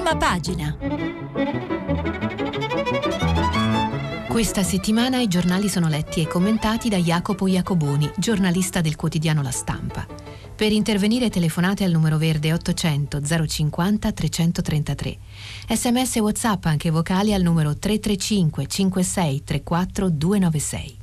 Prima pagina. Questa settimana i giornali sono letti e commentati da Jacopo Iacoboni, giornalista del quotidiano La Stampa. Per intervenire telefonate al numero verde 800 050 333. SMS e WhatsApp anche vocali al numero 335 56 34 296.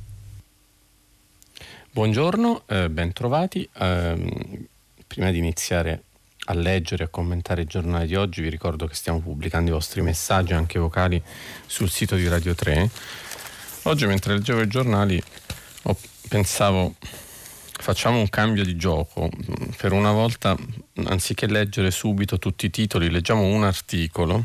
Buongiorno, ben trovati. Prima di iniziare a leggere e a commentare il giornale di oggi, vi ricordo che stiamo pubblicando i vostri messaggi anche vocali sul sito di Radio 3. Oggi, mentre leggevo i giornali, pensavo, facciamo un cambio di gioco. Per una volta, anziché leggere subito tutti i titoli, leggiamo un articolo.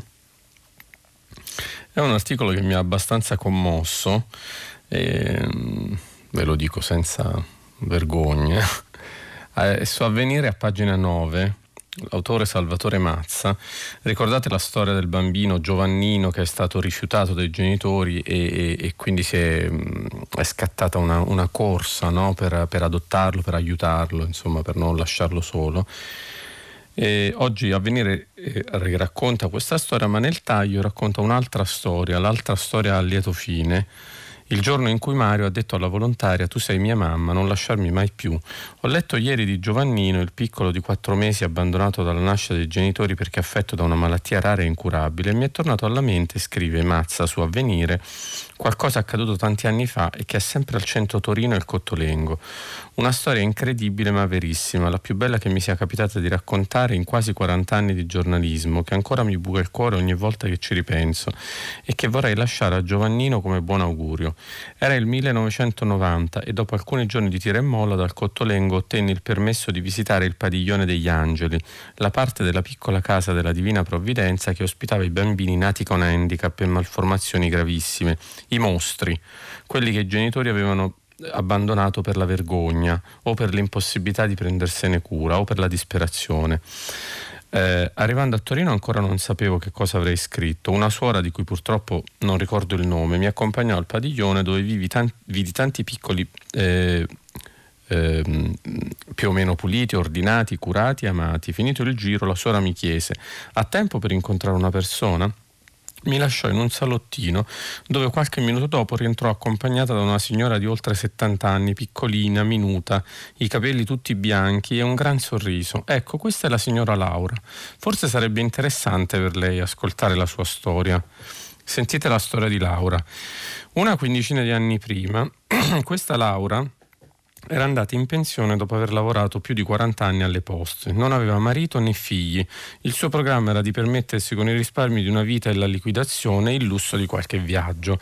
È un articolo che mi ha abbastanza commosso, e ve lo dico senza vergogna. Su Avvenire, a pagina 9, l'autore Salvatore Mazza. Ricordate la storia del bambino Giovannino che è stato rifiutato dai genitori e quindi è scattata una corsa, no? per adottarlo, per aiutarlo, insomma, per non lasciarlo solo. E oggi Avvenire racconta questa storia, ma nel taglio racconta l'altra storia a lieto fine. Il giorno in cui Mario ha detto alla volontaria: tu sei mia mamma, non lasciarmi mai più. Ho letto ieri di Giovannino, il piccolo di 4 mesi abbandonato dalla nascita dei genitori perché affetto da una malattia rara e incurabile, e mi è tornato alla mente, scrive Mazza su Avvenire, qualcosa accaduto tanti anni fa e che è sempre al centro Torino e il Cottolengo. Una storia incredibile ma verissima, la più bella che mi sia capitata di raccontare in quasi 40 anni di giornalismo, che ancora mi buca il cuore ogni volta che ci ripenso e che vorrei lasciare a Giovannino come buon augurio. Era il 1990 e dopo alcuni giorni di tira e molla dal Cottolengo ottenni il permesso di visitare il Padiglione degli Angeli, la parte della piccola casa della Divina Provvidenza che ospitava i bambini nati con handicap e malformazioni gravissime, i mostri, quelli che i genitori avevano abbandonato per la vergogna o per l'impossibilità di prendersene cura o per la disperazione. Arrivando a Torino ancora non sapevo che cosa avrei scritto. Una suora, di cui purtroppo non ricordo il nome, mi accompagnò al padiglione dove vidi tanti piccoli più o meno puliti, ordinati, curati, amati. Finito il giro, la suora mi chiese: ha tempo per incontrare una persona? Mi lasciò in un salottino dove qualche minuto dopo rientrò accompagnata da una signora di oltre 70 anni, piccolina, minuta, i capelli tutti bianchi e un gran sorriso. Ecco, questa è la signora Laura. Forse sarebbe interessante per lei ascoltare la sua storia. Sentite la storia di Laura. Una quindicina di anni prima, questa Laura era andata in pensione dopo aver lavorato più di 40 anni alle poste. Non aveva marito né figli. Il suo programma era di permettersi, con i risparmi di una vita e la liquidazione, il lusso di qualche viaggio.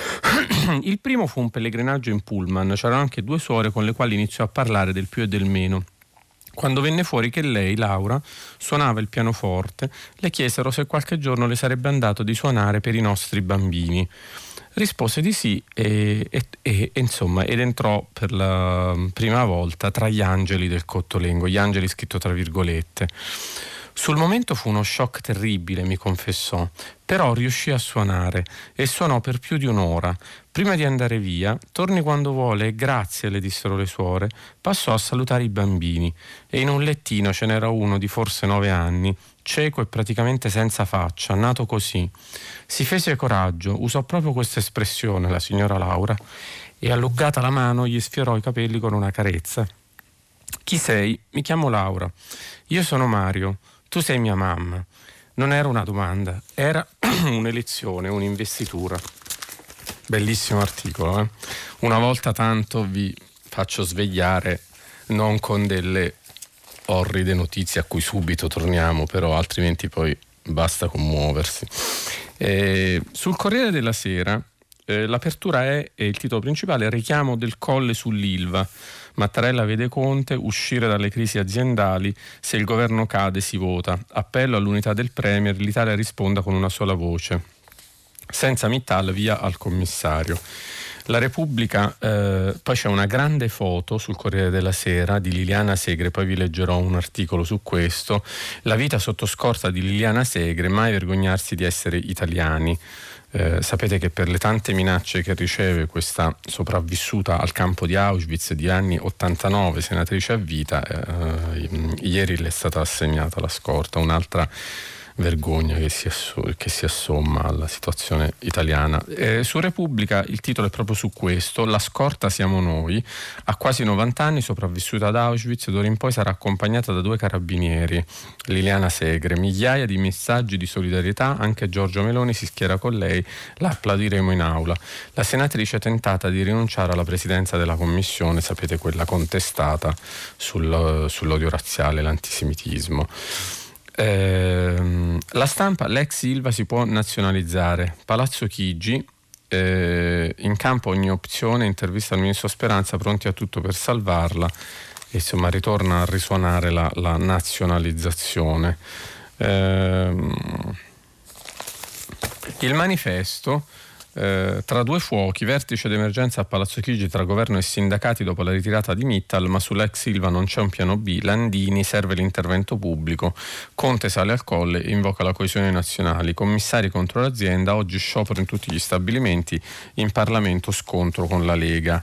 Il primo fu un pellegrinaggio in pullman. C'erano anche 2 suore con le quali iniziò a parlare del più e del meno. Quando venne fuori che lei, Laura, suonava il pianoforte, le chiesero se qualche giorno le sarebbe andato di suonare per i nostri bambini. Rispose di sì e insomma, ed entrò per la prima volta tra gli angeli del Cottolengo, gli angeli scritto tra virgolette. Sul momento fu uno shock terribile, mi confessò, però riuscì a suonare e suonò per più di un'ora. Prima di andare via: torni quando vuole e grazie, le dissero le suore. Passò a salutare i bambini e in un lettino ce n'era uno di forse 9 anni, cieco e praticamente senza faccia, nato così. Si fece coraggio, usò proprio questa espressione la signora Laura, e allungata la mano gli sfiorò i capelli con una carezza. Chi sei? Mi chiamo Laura. Io sono Mario. Tu sei mia mamma. Non era una domanda, era un'elezione, un'investitura. Bellissimo articolo, eh? Una volta tanto vi faccio svegliare, non con delle orride notizie a cui subito torniamo, però altrimenti poi basta commuoversi. Sul Corriere della Sera l'apertura è il titolo principale: richiamo del Colle sull'Ilva. Mattarella vede Conte uscire dalle crisi aziendali, se il governo cade si vota. Appello all'unità del Premier, l'Italia risponda con una sola voce. Senza Mittal, via al commissario. La Repubblica, poi c'è una grande foto sul Corriere della Sera di Liliana Segre, poi vi leggerò un articolo su questo. La vita sotto scorta di Liliana Segre, mai vergognarsi di essere italiani. Sapete che per le tante minacce che riceve questa sopravvissuta al campo di Auschwitz di anni 89, senatrice a vita, ieri le è stata assegnata la scorta, un'altra vergogna che si assomma alla situazione italiana. Su Repubblica il titolo è proprio su questo: la scorta siamo noi. A quasi 90 anni, sopravvissuta ad Auschwitz, d'ora in poi sarà accompagnata da 2 carabinieri, Liliana Segre. Migliaia di messaggi di solidarietà, anche Giorgio Meloni si schiera con lei, la applaudiremo in aula. La senatrice è tentata di rinunciare alla presidenza della commissione, sapete, quella contestata sull'odio razziale e l'antisemitismo. La Stampa: l'ex Ilva si può nazionalizzare. Palazzo Chigi, in campo ogni opzione, intervista al ministro Speranza, pronti a tutto per salvarla. E, insomma, ritorna a risuonare la nazionalizzazione. Il Manifesto: tra 2 fuochi, vertice d'emergenza a Palazzo Chigi tra governo e sindacati dopo la ritirata di Mittal, ma sull'ex Ilva non c'è un piano B. Landini: serve l'intervento pubblico. Conte sale al Colle e invoca la coesione nazionale. Commissari contro l'azienda, oggi sciopero in tutti gli stabilimenti, in Parlamento scontro con la Lega.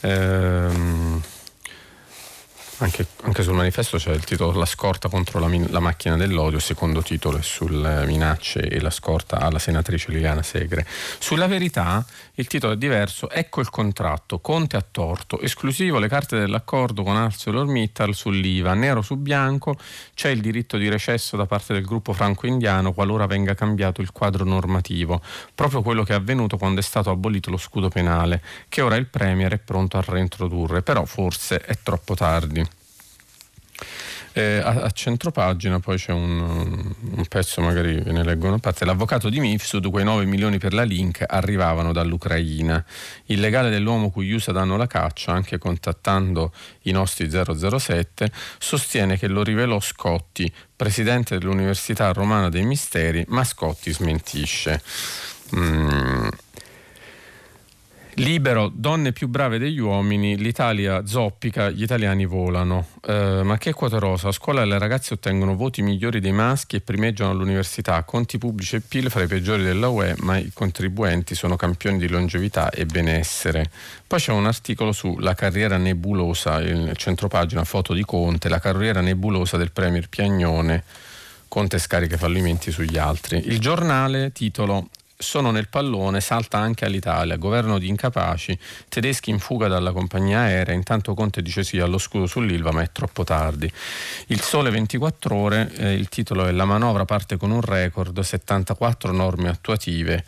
Anche sul Manifesto c'è il titolo: la scorta contro la macchina dell'odio. Secondo titolo è sulle minacce e la scorta alla senatrice Liliana Segre. Sulla Verità il titolo è diverso: ecco il contratto, Conte ha torto, esclusivo le carte dell'accordo con ArcelorMittal sull'IVA, nero su bianco, c'è il diritto di recesso da parte del gruppo franco-indiano qualora venga cambiato il quadro normativo, proprio quello che è avvenuto quando è stato abolito lo scudo penale, che ora il Premier è pronto a reintrodurre, però forse è troppo tardi. A centropagina poi c'è un pezzo, magari ve ne leggo una parte: l'avvocato di Mifsud, quei 9 milioni per la Link arrivavano dall'Ucraina. Il legale dell'uomo cui gli USA danno la caccia, anche contattando i nostri 007, sostiene che lo rivelò Scotti, presidente dell'Università Romana dei Misteri, ma Scotti smentisce. Libero: donne più brave degli uomini, l'Italia zoppica, gli italiani volano. Ma che quota rosa? A scuola le ragazze ottengono voti migliori dei maschi e primeggiano all'università, conti pubblici e PIL fra i peggiori della UE, ma i contribuenti sono campioni di longevità e benessere. Poi c'è un articolo sulla carriera nebulosa, il centropagina, foto di Conte, la carriera nebulosa del premier Piagnone, Conte scarica fallimenti sugli altri. Il Giornale, titolo: sono nel pallone, salta anche all'Italia, governo di incapaci, tedeschi in fuga dalla compagnia aerea, intanto Conte dice sì allo scudo sull'Ilva ma è troppo tardi. Il Sole 24 Ore, il titolo è: la manovra parte con un record, 74 norme attuative,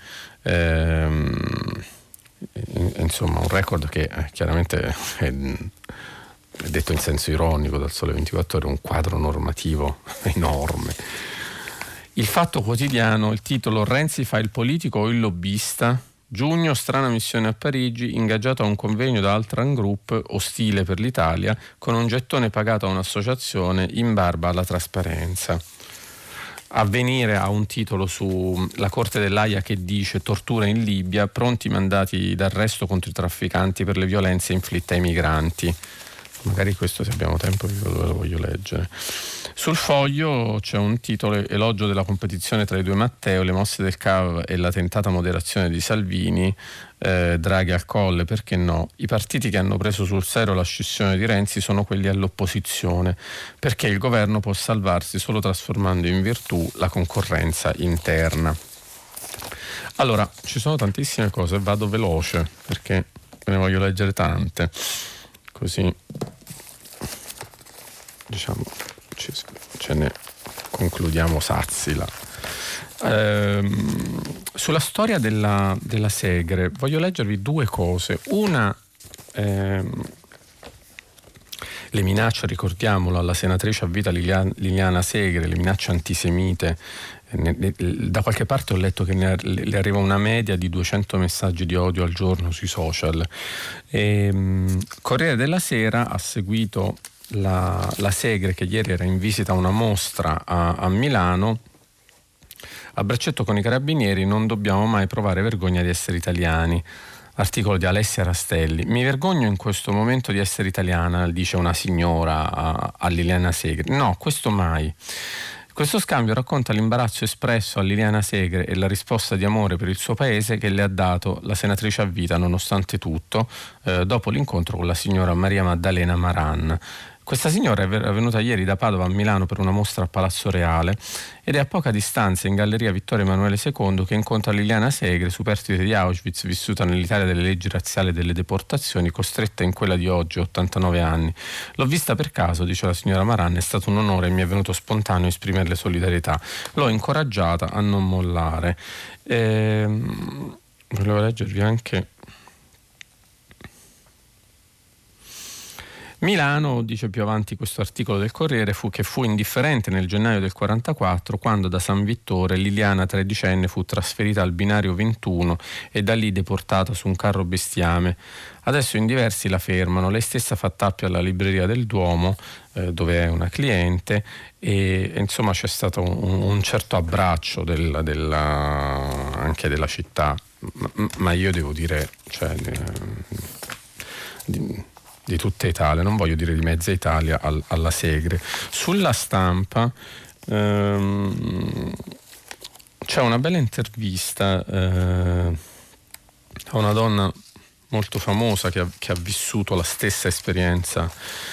insomma un record che chiaramente è detto in senso ironico dal Sole 24 Ore, un quadro normativo enorme. Il Fatto Quotidiano, il titolo: Renzi fa il politico o il lobbista? Giugno, strana missione a Parigi, ingaggiato a un convegno da Altran Group, ostile per l'Italia, con un gettone pagato a un'associazione in barba alla trasparenza. Avvenire ha un titolo sulla Corte dell'Aia che dice: tortura in Libia, pronti mandati d'arresto contro i trafficanti per le violenze inflitte ai migranti. Magari questo, se abbiamo tempo, lo voglio leggere. Sul Foglio c'è un titolo: elogio della competizione tra i due Matteo, le mosse del CAV e la tentata moderazione di Salvini, Draghi al Colle, perché no? I partiti che hanno preso sul serio la scissione di Renzi sono quelli all'opposizione, perché il governo può salvarsi solo trasformando in virtù la concorrenza interna. Allora, ci sono tantissime cose, vado veloce perché ne voglio leggere tante, così diciamo ce ne concludiamo sazi là. Sulla storia della Segre voglio leggervi 2 cose. Una, le minacce, ricordiamolo, alla senatrice a vita Liliana Segre, le minacce antisemite. Da qualche parte ho letto che le arriva una media di 200 messaggi di odio al giorno sui social. Corriere della Sera ha seguito la Segre, che ieri era in visita a una mostra a Milano. A braccetto con i carabinieri: non dobbiamo mai provare vergogna di essere italiani. Articolo di Alessia Rastelli: mi vergogno in questo momento di essere italiana, dice una signora a Liliana Segre. No, questo mai. Questo scambio racconta l'imbarazzo espresso a Liliana Segre e la risposta di amore per il suo paese che le ha dato la senatrice a vita, nonostante tutto, dopo l'incontro con la signora Maria Maddalena Maran. Questa signora è venuta ieri da Padova a Milano per una mostra a Palazzo Reale ed è a poca distanza in Galleria Vittorio Emanuele II che incontra Liliana Segre, superstite di Auschwitz, vissuta nell'Italia delle leggi razziali e delle deportazioni, costretta in quella di oggi, 89 anni. L'ho vista per caso, dice la signora Maran, è stato un onore e mi è venuto spontaneo esprimerle solidarietà. L'ho incoraggiata a non mollare. Volevo leggervi anche... Milano, dice più avanti questo articolo del Corriere, fu indifferente nel gennaio del 44 quando da San Vittore Liliana, tredicenne, fu trasferita al binario 21 e da lì deportata su un carro bestiame. Adesso in diversi la fermano, lei stessa fa tappio alla libreria del Duomo dove è una cliente e insomma c'è stato un certo abbraccio anche della città, ma io devo dire, cioè, di tutta Italia, non voglio dire di mezza Italia, alla Segre. Sulla Stampa c'è una bella intervista a una donna molto famosa che ha vissuto la stessa esperienza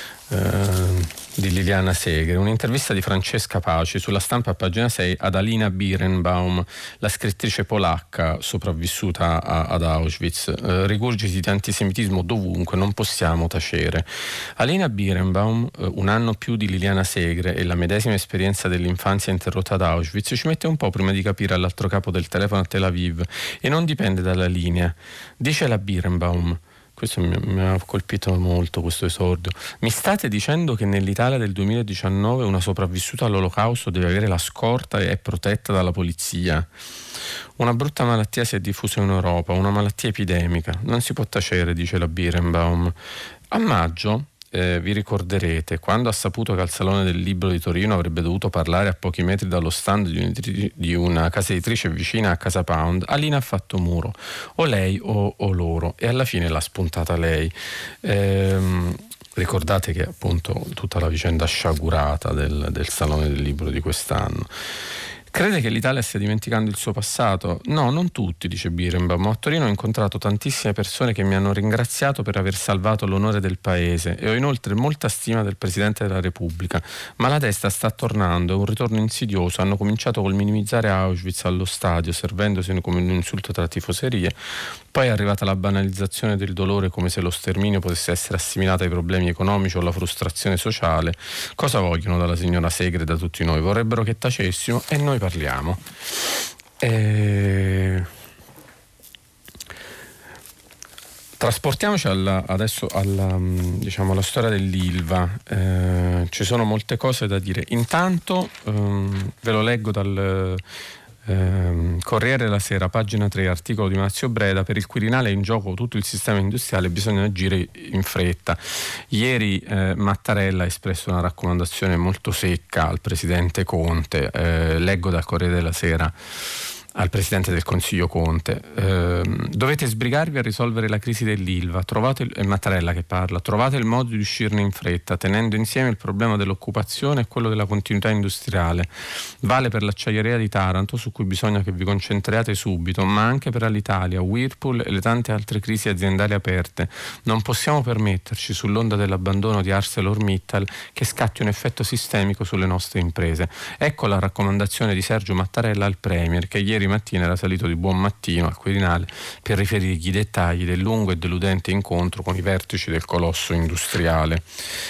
di Liliana Segre, un'intervista di Francesca Paci sulla Stampa a pagina 6 ad Alina Birenbaum, la scrittrice polacca sopravvissuta ad Auschwitz. Rigurgiti di antisemitismo dovunque, non possiamo tacere. Alina Birenbaum, un anno più di Liliana Segre e la medesima esperienza dell'infanzia interrotta ad Auschwitz, ci mette un po' prima di capire all'altro capo del telefono a Tel Aviv e non dipende dalla linea. Dice la Birenbaum, questo mi ha colpito molto, questo esordio: mi state dicendo che nell'Italia del 2019 una sopravvissuta all'Olocausto deve avere la scorta e è protetta dalla polizia? Una brutta malattia si è diffusa in Europa, una malattia epidemica, non si può tacere, dice la Birenbaum. A maggio, vi ricorderete, quando ha saputo che al Salone del Libro di Torino avrebbe dovuto parlare a pochi metri dallo stand di una casa editrice vicina a Casa Pound, Alina ha fatto muro, o lei o loro, e alla fine l'ha spuntata lei. Ricordate che appunto tutta la vicenda sciagurata del Salone del Libro di quest'anno. Crede che l'Italia stia dimenticando il suo passato? No, non tutti, dice Birenbaum. A Torino ho incontrato tantissime persone che mi hanno ringraziato per aver salvato l'onore del paese e ho inoltre molta stima del Presidente della Repubblica. Ma la testa sta tornando, è un ritorno insidioso. Hanno cominciato col minimizzare Auschwitz allo stadio, servendosene come un insulto tra tifoserie. Poi è arrivata la banalizzazione del dolore, come se lo sterminio potesse essere assimilato ai problemi economici o alla frustrazione sociale. Cosa vogliono dalla signora Segre e da tutti noi? Vorrebbero che tacessimo e noi parliamo. Trasportiamoci adesso alla storia dell'Ilva. Ci sono molte cose da dire. Intanto ve lo leggo dal Corriere della Sera, pagina 3, articolo di Mazio Breda: per il Quirinale è in gioco tutto il sistema industriale, bisogna agire in fretta. Ieri Mattarella ha espresso una raccomandazione molto secca al Presidente Conte, leggo dal Corriere della Sera al Presidente del Consiglio Conte: dovete sbrigarvi a risolvere la crisi dell'Ilva, è Mattarella che parla, trovate il modo di uscirne in fretta, tenendo insieme il problema dell'occupazione e quello della continuità industriale. Vale per l'acciaieria di Taranto, su cui bisogna che vi concentriate subito, ma anche per Alitalia, Whirlpool e le tante altre crisi aziendali aperte. Non possiamo permetterci, sull'onda dell'abbandono di ArcelorMittal, che scatti un effetto sistemico sulle nostre imprese. Ecco la raccomandazione di Sergio Mattarella al Premier, che ieri mattina era salito di buon mattino al Quirinale per riferirgli i dettagli del lungo e deludente incontro con i vertici del colosso industriale.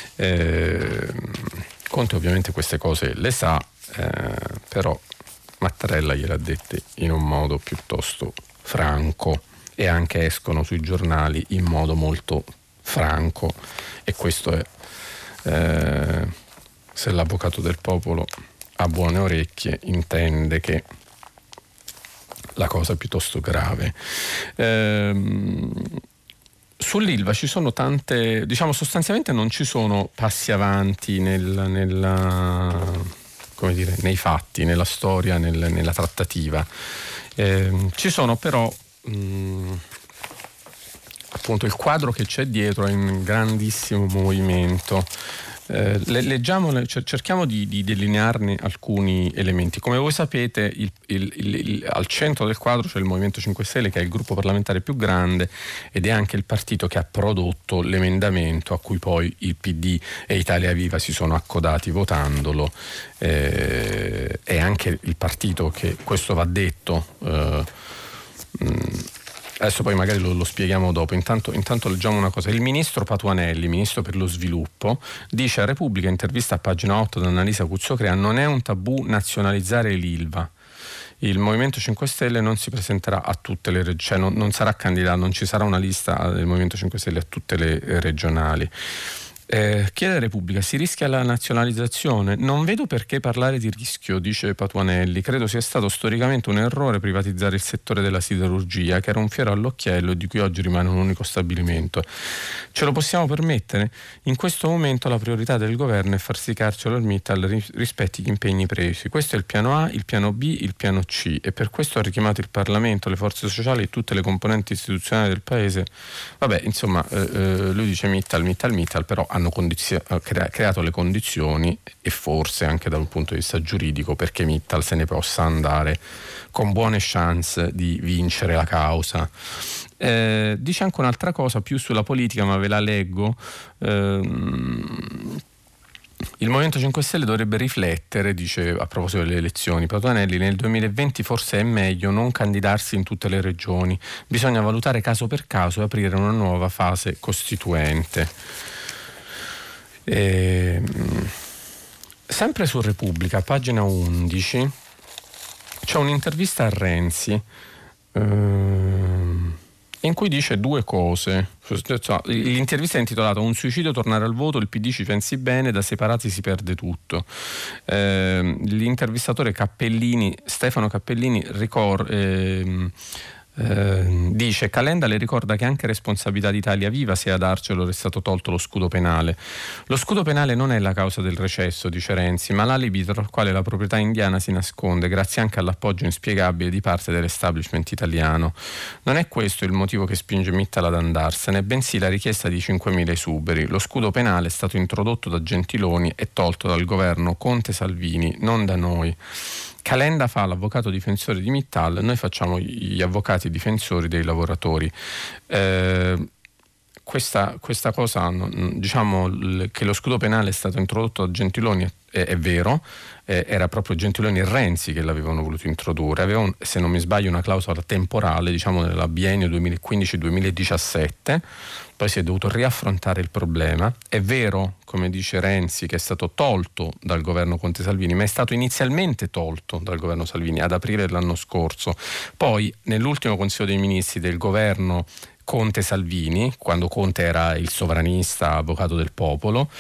Conte ovviamente queste cose le sa, però Mattarella gliel'ha dette in un modo piuttosto franco e anche escono sui giornali in modo molto franco, e questo è, se l'avvocato del popolo ha buone orecchie, intende che la cosa è piuttosto grave. Sull'Ilva ci sono tante, diciamo, sostanzialmente non ci sono passi avanti come dire, nei fatti, nella storia, nella trattativa. Ci sono però appunto il quadro che c'è dietro è in grandissimo movimento. Leggiamole, cerchiamo di delinearne alcuni elementi. Come voi sapete, al centro del quadro c'è il Movimento 5 Stelle, che è il gruppo parlamentare più grande ed è anche il partito che ha prodotto l'emendamento a cui poi il PD e Italia Viva si sono accodati votandolo. È anche il partito che, questo va detto, adesso poi magari lo spieghiamo dopo. Intanto leggiamo una cosa. Il ministro Patuanelli, ministro per lo sviluppo, dice a Repubblica, intervista a pagina 8 da Annalisa Cuzzocrea: non è un tabù nazionalizzare l'Ilva. Il Movimento 5 Stelle non si presenterà a tutte le regionali, cioè non sarà candidato, non ci sarà una lista del Movimento 5 Stelle a tutte le regionali. Chiede Repubblica: si rischia la nazionalizzazione? Non vedo perché parlare di rischio, dice Patuanelli. Credo sia stato storicamente un errore privatizzare il settore della siderurgia, che era un fiero all'occhiello e di cui oggi rimane un unico stabilimento. Ce lo possiamo permettere? In questo momento la priorità del governo è far sì che ArcelorMittal rispetti gli impegni presi. Questo è il piano A, il piano B, il piano C, e per questo ha richiamato il Parlamento, le forze sociali e tutte le componenti istituzionali del paese. Vabbè, insomma, lui dice Mittal, però hanno creato le condizioni, e forse anche da un punto di vista giuridico, perché Mittal se ne possa andare con buone chance di vincere la causa. Dice anche un'altra cosa più sulla politica, ma ve la leggo. Il Movimento 5 Stelle dovrebbe riflettere, dice a proposito delle elezioni Patuanelli, nel 2020 forse è meglio non candidarsi in tutte le regioni, bisogna valutare caso per caso e aprire una nuova fase costituente. Sempre su Repubblica, pagina 11, c'è un'intervista a Renzi in cui dice due cose. L'intervista è intitolata "Un suicidio, tornare al voto, il PD ci pensi bene, da separati si perde tutto". L'intervistatore Stefano Cappellini dice: Calenda le ricorda che anche responsabilità di Italia Viva se ad Arcelor è stato tolto lo scudo penale. Lo scudo penale non è la causa del recesso, dice Renzi, ma l'alibi tra il quale la proprietà indiana si nasconde, grazie anche all'appoggio inspiegabile di parte dell'establishment italiano. Non è questo il motivo che spinge Mittal ad andarsene, bensì la richiesta di 5.000 esuberi. Lo scudo penale è stato introdotto da Gentiloni e tolto dal governo Conte-Salvini, non da noi. Calenda fa l'avvocato difensore di Mittal, noi facciamo gli avvocati difensori dei lavoratori. Questa cosa, diciamo che lo scudo penale è stato introdotto da Gentiloni è vero, era proprio Gentiloni e Renzi che l'avevano voluto introdurre. Aveva, se non mi sbaglio, una clausola temporale, diciamo nella biennio 2015-2017, poi si è dovuto riaffrontare il problema. È vero, come dice Renzi, che è stato tolto dal governo Conte-Salvini, ma è stato inizialmente tolto dal governo Salvini ad aprile dell'anno scorso. Poi nell'ultimo Consiglio dei Ministri del governo Conte-Salvini, quando Conte era il sovranista avvocato del popolo,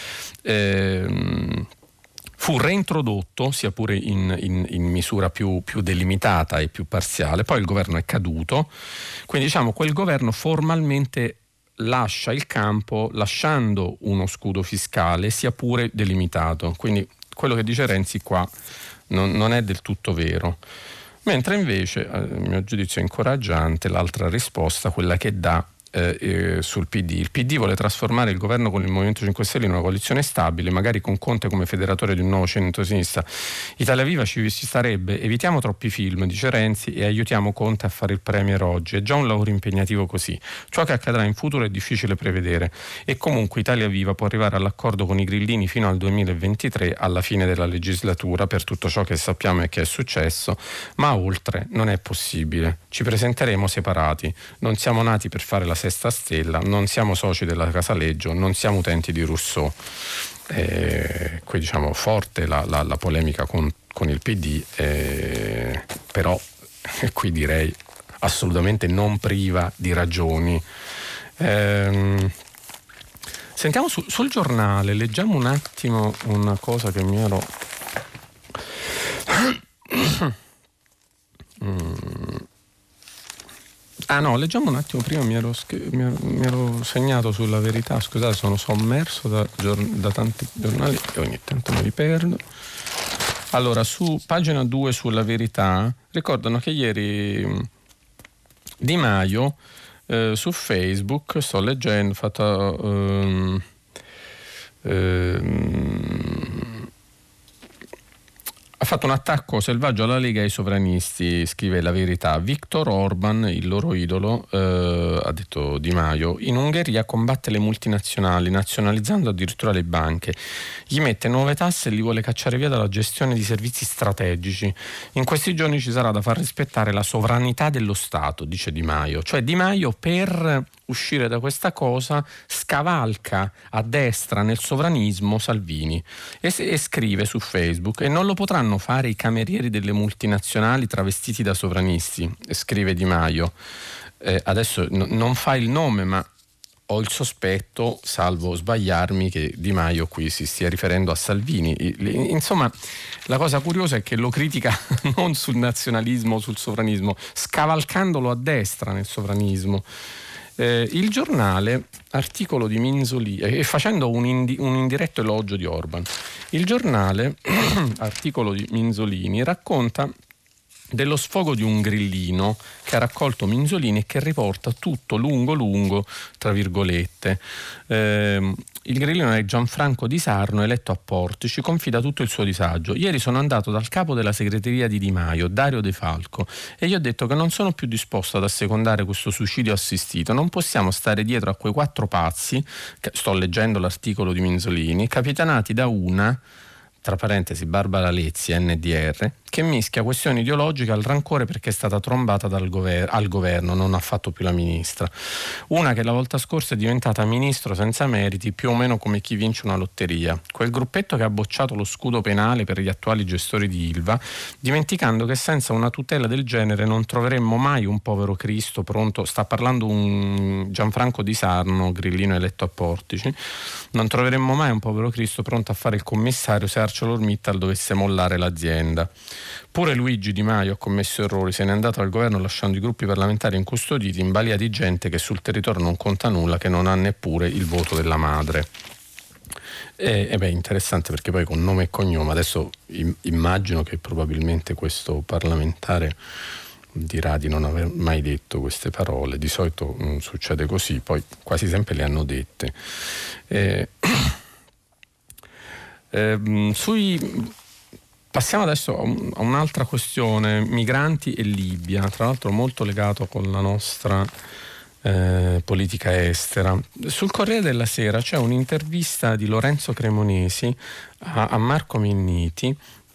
fu reintrodotto, sia pure in misura più delimitata e più parziale. Poi il governo è caduto, quindi diciamo quel governo formalmente lascia il campo lasciando uno scudo fiscale sia pure delimitato, quindi quello che dice Renzi qua non è del tutto vero. Mentre invece, a mio giudizio, è incoraggiante l'altra risposta, quella che dà sul PD. Il PD vuole trasformare il governo con il Movimento 5 Stelle in una coalizione stabile, magari con Conte come federatore di un nuovo centro-sinistra. Italia Viva ci starebbe. Evitiamo troppi film, dice Renzi, e aiutiamo Conte a fare il premier oggi. È già un lavoro impegnativo così. Ciò che accadrà in futuro è difficile prevedere, e comunque Italia Viva può arrivare all'accordo con i grillini fino al 2023, alla fine della legislatura, per tutto ciò che sappiamo e che è successo, ma oltre non è possibile. Ci presenteremo separati. Non siamo nati per fare la sesta stella, non siamo soci della Casaleggio, non siamo utenti di Rousseau. Qui diciamo forte la polemica con il PD, però qui direi assolutamente non priva di ragioni. Sentiamo sul giornale, leggiamo un attimo una cosa che mi ero leggiamo un attimo prima, mi ero segnato sulla Verità, scusate, sono sommerso da tanti giornali e ogni tanto me li perdo. Allora, su pagina 2 sulla Verità ricordano che ieri Di Maio su Facebook, sto leggendo, Ha fatto un attacco selvaggio alla Lega e ai sovranisti, scrive La Verità. Viktor Orban, il loro idolo, ha detto Di Maio, in Ungheria combatte le multinazionali, nazionalizzando addirittura le banche. Gli mette nuove tasse e li vuole cacciare via dalla gestione di servizi strategici. In questi giorni ci sarà da far rispettare la sovranità dello Stato, dice Di Maio. Cioè Di Maio, per uscire da questa cosa, scavalca a destra nel sovranismo Salvini e scrive su Facebook: e non lo potranno fare i camerieri delle multinazionali travestiti da sovranisti, scrive Di Maio. Adesso non fa il nome, ma ho il sospetto, salvo sbagliarmi, che Di Maio qui si stia riferendo a Salvini. Insomma, la cosa curiosa è che lo critica non sul nazionalismo o sul sovranismo, scavalcandolo a destra nel sovranismo. Il Giornale, articolo di Minzolini, e facendo un indiretto elogio di Orban, il Giornale, articolo di Minzolini, racconta dello sfogo di un grillino che ha raccolto Minzolini e che riporta tutto lungo, tra virgolette. Il grillino è Gianfranco Di Sarno, eletto a Portici, confida tutto il suo disagio. Ieri sono andato dal capo della segreteria di Di Maio, Dario De Falco, e gli ho detto che non sono più disposto ad assecondare questo suicidio assistito. Non possiamo stare dietro a quei 4 pazzi, sto leggendo l'articolo di Minzolini, capitanati da una, tra parentesi Barbara Lezzi, NDR, che mischia questioni ideologiche al rancore perché è stata trombata al governo, non ha fatto più la ministra. Una che la volta scorsa è diventata ministro senza meriti, più o meno come chi vince una lotteria. Quel gruppetto che ha bocciato lo scudo penale per gli attuali gestori di Ilva, dimenticando che senza una tutela del genere non troveremmo mai un povero Cristo pronto, sta parlando un Gianfranco Di Sarno, grillino eletto a Portici, non troveremmo mai un povero Cristo pronto a fare il commissario se ArcelorMittal dovesse mollare l'azienda. Pure Luigi Di Maio ha commesso errori, se n'è andato al governo lasciando i gruppi parlamentari incustoditi in balia di gente che sul territorio non conta nulla, che non ha neppure il voto della madre. Interessante, perché poi con nome e cognome, adesso immagino che probabilmente questo parlamentare dirà di non aver mai detto queste parole, di solito succede così, poi quasi sempre le hanno dette. Passiamo adesso a un'altra questione, migranti e Libia, tra l'altro molto legato con la nostra politica estera. Sul Corriere della Sera c'è un'intervista di Lorenzo Cremonesi a Marco Minniti,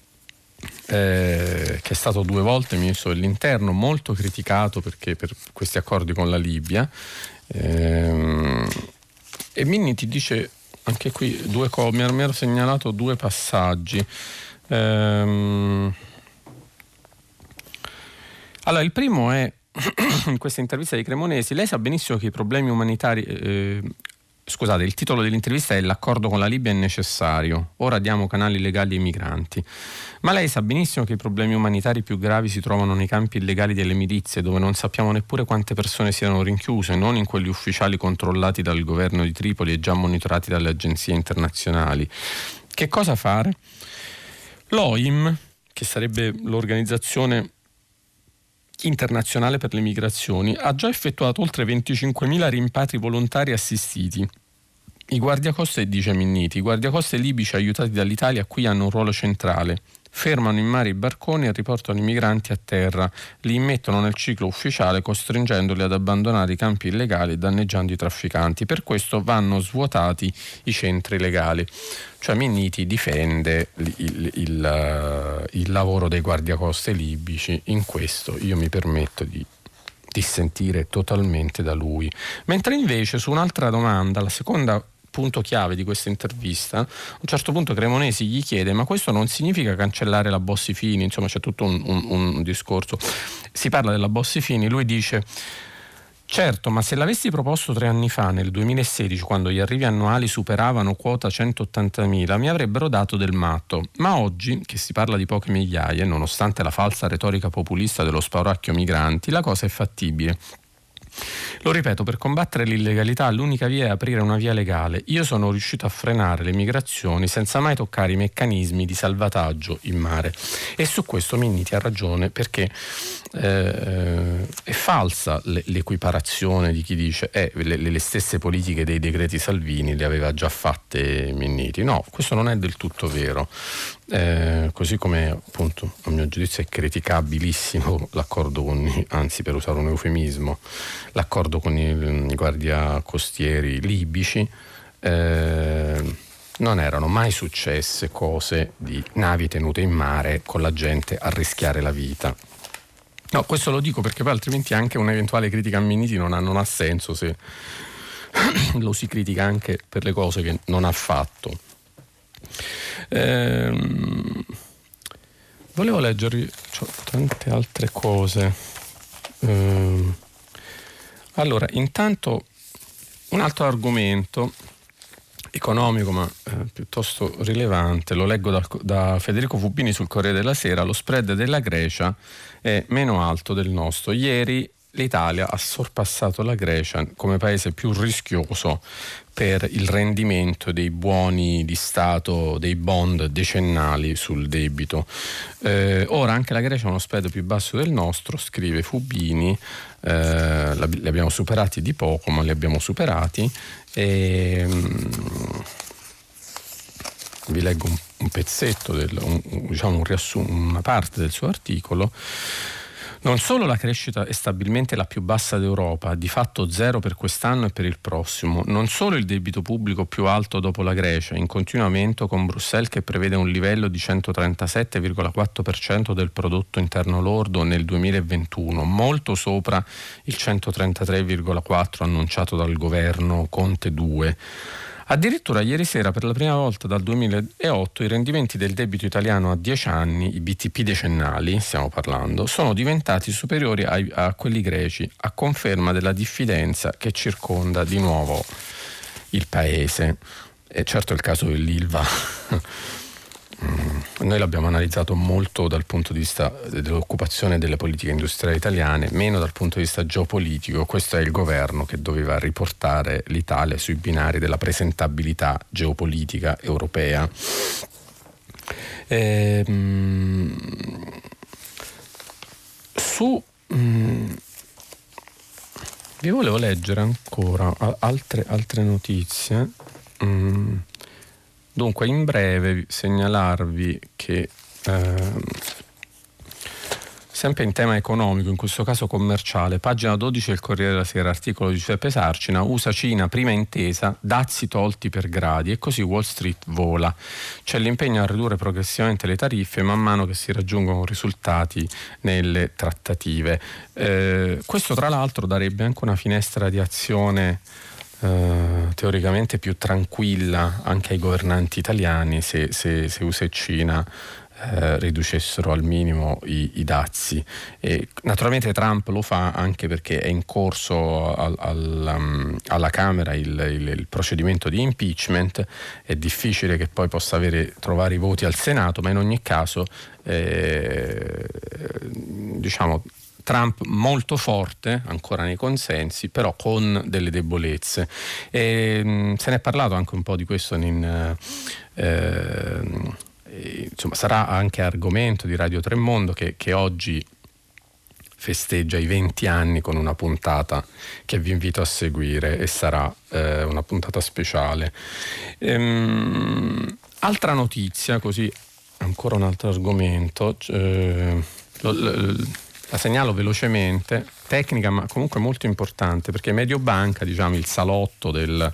che è stato 2 volte ministro dell'Interno, molto criticato perché per questi accordi con la Libia, e Minniti dice, anche qui mi ero segnalato 2 passaggi. Allora, il primo è in questa intervista di Cremonesi: lei sa benissimo che i problemi umanitari, scusate, il titolo dell'intervista è "L'accordo con la Libia è necessario, ora diamo canali legali ai migranti", ma lei sa benissimo che i problemi umanitari più gravi si trovano nei campi illegali delle milizie, dove non sappiamo neppure quante persone siano rinchiuse, non in quelli ufficiali controllati dal governo di Tripoli e già monitorati dalle agenzie internazionali. Che cosa fare? L'OIM, che sarebbe l'organizzazione internazionale per le migrazioni, ha già effettuato oltre 25.000 rimpatri volontari assistiti. I guardiacoste, dice Minniti, i guardiacoste libici aiutati dall'Italia qui hanno un ruolo centrale. Fermano in mare i barconi e riportano i migranti a terra, li immettono nel ciclo ufficiale costringendoli ad abbandonare i campi illegali e danneggiando i trafficanti. Per questo vanno svuotati i centri legali. Cioè Minniti difende il lavoro dei guardiacoste libici. In questo io mi permetto di dissentire totalmente da lui. Mentre invece su un'altra domanda, la seconda punto chiave di questa intervista, a un certo punto Cremonesi gli chiede: ma questo non significa cancellare la Bossi-Fini? Insomma, c'è tutto un discorso, si parla della Bossi-Fini. Lui dice: certo, ma se l'avessi proposto 3 anni fa, nel 2016, quando gli arrivi annuali superavano quota 180.000, mi avrebbero dato del matto. Ma oggi, che si parla di poche migliaia, nonostante la falsa retorica populista dello spauracchio migranti, la cosa è fattibile. Lo ripeto, per combattere l'illegalità l'unica via è aprire una via legale. Io sono riuscito a frenare le migrazioni senza mai toccare i meccanismi di salvataggio in mare. E su questo Minniti ha ragione, perché è falsa l'equiparazione di chi dice le stesse politiche dei decreti Salvini le aveva già fatte Minniti. No, questo non è del tutto vero. Così come appunto a mio giudizio è criticabilissimo l'accordo anzi, per usare un eufemismo, l'accordo con i guardia costieri libici. Non erano mai successe cose di navi tenute in mare con la gente a rischiare la vita. No, questo lo dico perché poi altrimenti anche un'eventuale critica a Minniti non ha senso, se lo si critica anche per le cose che non ha fatto. Volevo leggervi tante altre cose. Allora, intanto un altro argomento economico ma piuttosto rilevante, lo leggo da Federico Fubini sul Corriere della Sera. Lo spread della Grecia è meno alto del nostro. Ieri l'Italia ha sorpassato la Grecia come paese più rischioso per il rendimento dei buoni di Stato, dei bond decennali sul debito. Ora anche la Grecia ha uno spread più basso del nostro, scrive Fubini. Li abbiamo superati di poco, ma li abbiamo superati. Vi leggo un pezzetto, un riassunto, una parte del suo articolo. Non solo la crescita è stabilmente la più bassa d'Europa, di fatto zero per quest'anno e per il prossimo, non solo il debito pubblico più alto dopo la Grecia, in continuo aumento, con Bruxelles che prevede un livello di 137,4% del prodotto interno lordo nel 2021, molto sopra il 133,4% annunciato dal governo Conte 2. Addirittura ieri sera, per la prima volta dal 2008, i rendimenti del debito italiano a 10 anni, i BTP decennali, stiamo parlando, sono diventati superiori a quelli greci, a conferma della diffidenza che circonda di nuovo il paese. E certo è il caso dell'Ilva. Noi l'abbiamo analizzato molto dal punto di vista dell'occupazione e delle politiche industriali italiane, meno dal punto di vista geopolitico. Questo è il governo che doveva riportare l'Italia sui binari della presentabilità geopolitica europea. Vi volevo leggere ancora altre notizie. Dunque, in breve segnalarvi che sempre in tema economico, in questo caso commerciale, pagina 12 del Corriere della Sera, articolo di Giuseppe Sarcina, USA-Cina, prima intesa, dazi tolti per gradi, e così Wall Street vola. C'è l'impegno a ridurre progressivamente le tariffe man mano che si raggiungono risultati nelle trattative. Questo tra l'altro darebbe anche una finestra di azione teoricamente più tranquilla anche ai governanti italiani se USA e Cina riducessero al minimo i dazi. E naturalmente Trump lo fa anche perché è in corso alla Camera il procedimento di impeachment. È difficile che poi possa trovare i voti al Senato, ma in ogni caso Trump molto forte ancora nei consensi, però con delle debolezze. Se ne è parlato anche un po' di questo sarà anche argomento di Radio Tremondo che oggi festeggia i 20 anni con una puntata che vi invito a seguire, e sarà una puntata speciale. Altra notizia, così ancora un altro argomento, la segnalo velocemente, tecnica ma comunque molto importante, perché Mediobanca, il salotto del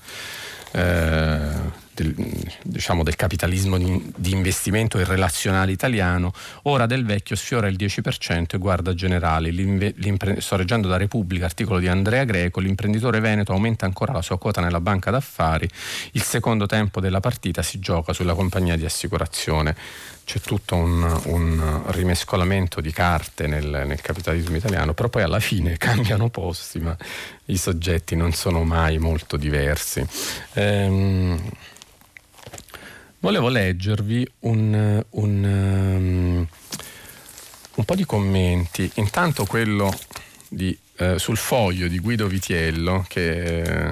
capitalismo di investimento e relazionale italiano, ora del vecchio sfiora il 10% e guarda Generali. Sto leggendo da Repubblica, articolo di Andrea Greco. L'imprenditore veneto aumenta ancora la sua quota nella banca d'affari, il secondo tempo della partita si gioca sulla compagnia di assicurazione. C'è tutto un rimescolamento di carte nel capitalismo italiano, però poi alla fine cambiano posti, ma i soggetti non sono mai molto diversi. Volevo leggervi un po' di commenti. Intanto quello di sul Foglio di Guido Vitiello, che è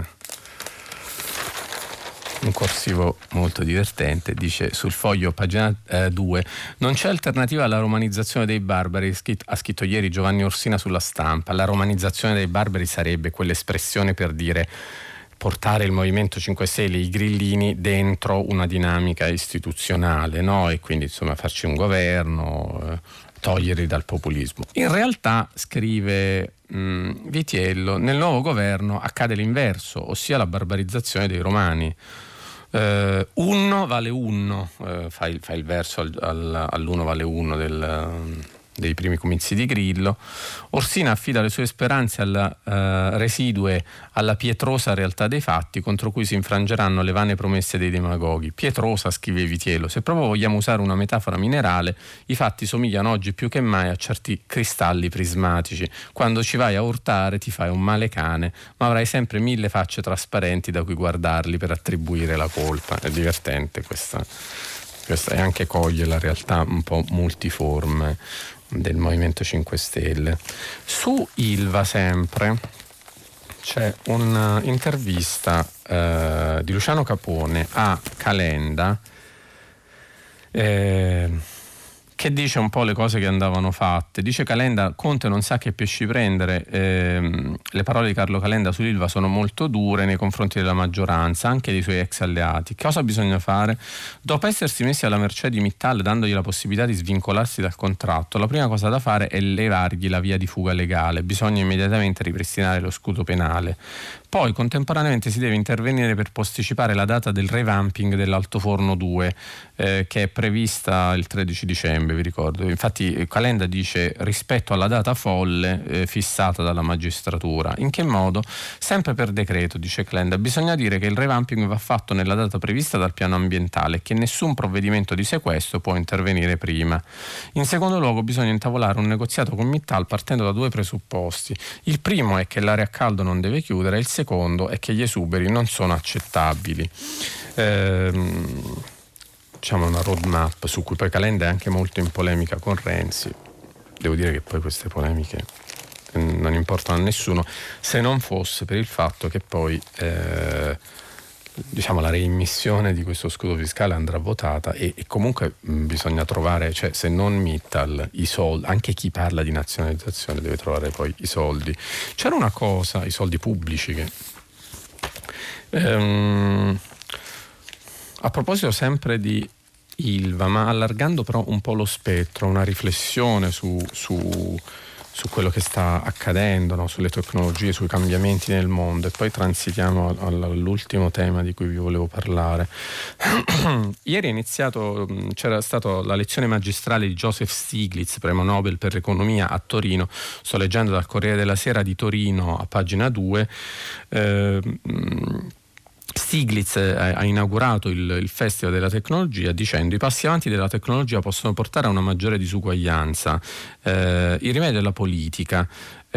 un corsivo molto divertente, dice sul Foglio, pagina 2: non c'è alternativa alla romanizzazione dei barbari, ha scritto ieri Giovanni Orsina sulla Stampa. La romanizzazione dei barbari sarebbe quell'espressione per dire portare il Movimento 5 Stelle, i grillini, dentro una dinamica istituzionale, no? E quindi insomma farci un governo, toglierli dal populismo. In realtà, scrive Vitiello, nel nuovo governo accade l'inverso, ossia la barbarizzazione dei romani. Unno vale unno, fa il verso all'uno vale uno dei primi comizi di Grillo. Orsina affida le sue speranze residue alla pietrosa realtà dei fatti contro cui si infrangeranno le vane promesse dei demagoghi. Pietrosa, scrive Vitiello, se proprio vogliamo usare una metafora minerale, i fatti somigliano oggi più che mai a certi cristalli prismatici. Quando ci vai a urtare ti fai un male cane, ma avrai sempre 1000 facce trasparenti da cui guardarli per attribuire la colpa. È divertente questa e anche coglie la realtà un po' multiforme del Movimento 5 Stelle. Su Ilva sempre c'è un'intervista di Luciano Capone a Calenda, che dice un po' le cose che andavano fatte. Dice Calenda: Conte non sa che pesci prendere. Le parole di Carlo Calenda sull'Ilva sono molto dure nei confronti della maggioranza, anche dei suoi ex alleati. Cosa bisogna fare? Dopo essersi messi alla mercé di Mittal, dandogli la possibilità di svincolarsi dal contratto, la prima cosa da fare è levargli la via di fuga legale. Bisogna immediatamente ripristinare lo scudo penale. Poi contemporaneamente si deve intervenire per posticipare la data del revamping dell'Altoforno 2, che è prevista il 13 dicembre, vi ricordo. Infatti Calenda dice rispetto alla data folle fissata dalla magistratura. In che modo? Sempre per decreto, dice Calenda. Bisogna dire che il revamping va fatto nella data prevista dal piano ambientale e che nessun provvedimento di sequestro può intervenire prima. In secondo luogo bisogna intavolare un negoziato con Mittal partendo da 2 presupposti. Il primo è che l'area a caldo non deve chiudere, il secondo è che gli esuberi non sono accettabili. Diciamo una roadmap su cui poi Calenda è anche molto in polemica con Renzi. Devo dire che poi queste polemiche non importano a nessuno, se non fosse per il fatto che poi diciamo la reimmissione di questo scudo fiscale andrà votata e comunque bisogna trovare, cioè se non Mittal, i soldi, anche chi parla di nazionalizzazione deve trovare poi i soldi. C'era una cosa, i soldi pubblici, che a proposito sempre di Ilva, ma allargando però un po' lo spettro, una riflessione su quello che sta accadendo, no? Sulle tecnologie, sui cambiamenti nel mondo, e poi transitiamo all'ultimo tema di cui vi volevo parlare. Ieri è iniziato, c'era stata la lezione magistrale di Joseph Stiglitz, premio Nobel per l'economia, a Torino. Sto leggendo dal Corriere della Sera di Torino a pagina 2. Stiglitz ha inaugurato il Festival della Tecnologia dicendo: i passi avanti della tecnologia possono portare a una maggiore disuguaglianza, il rimedio è la politica.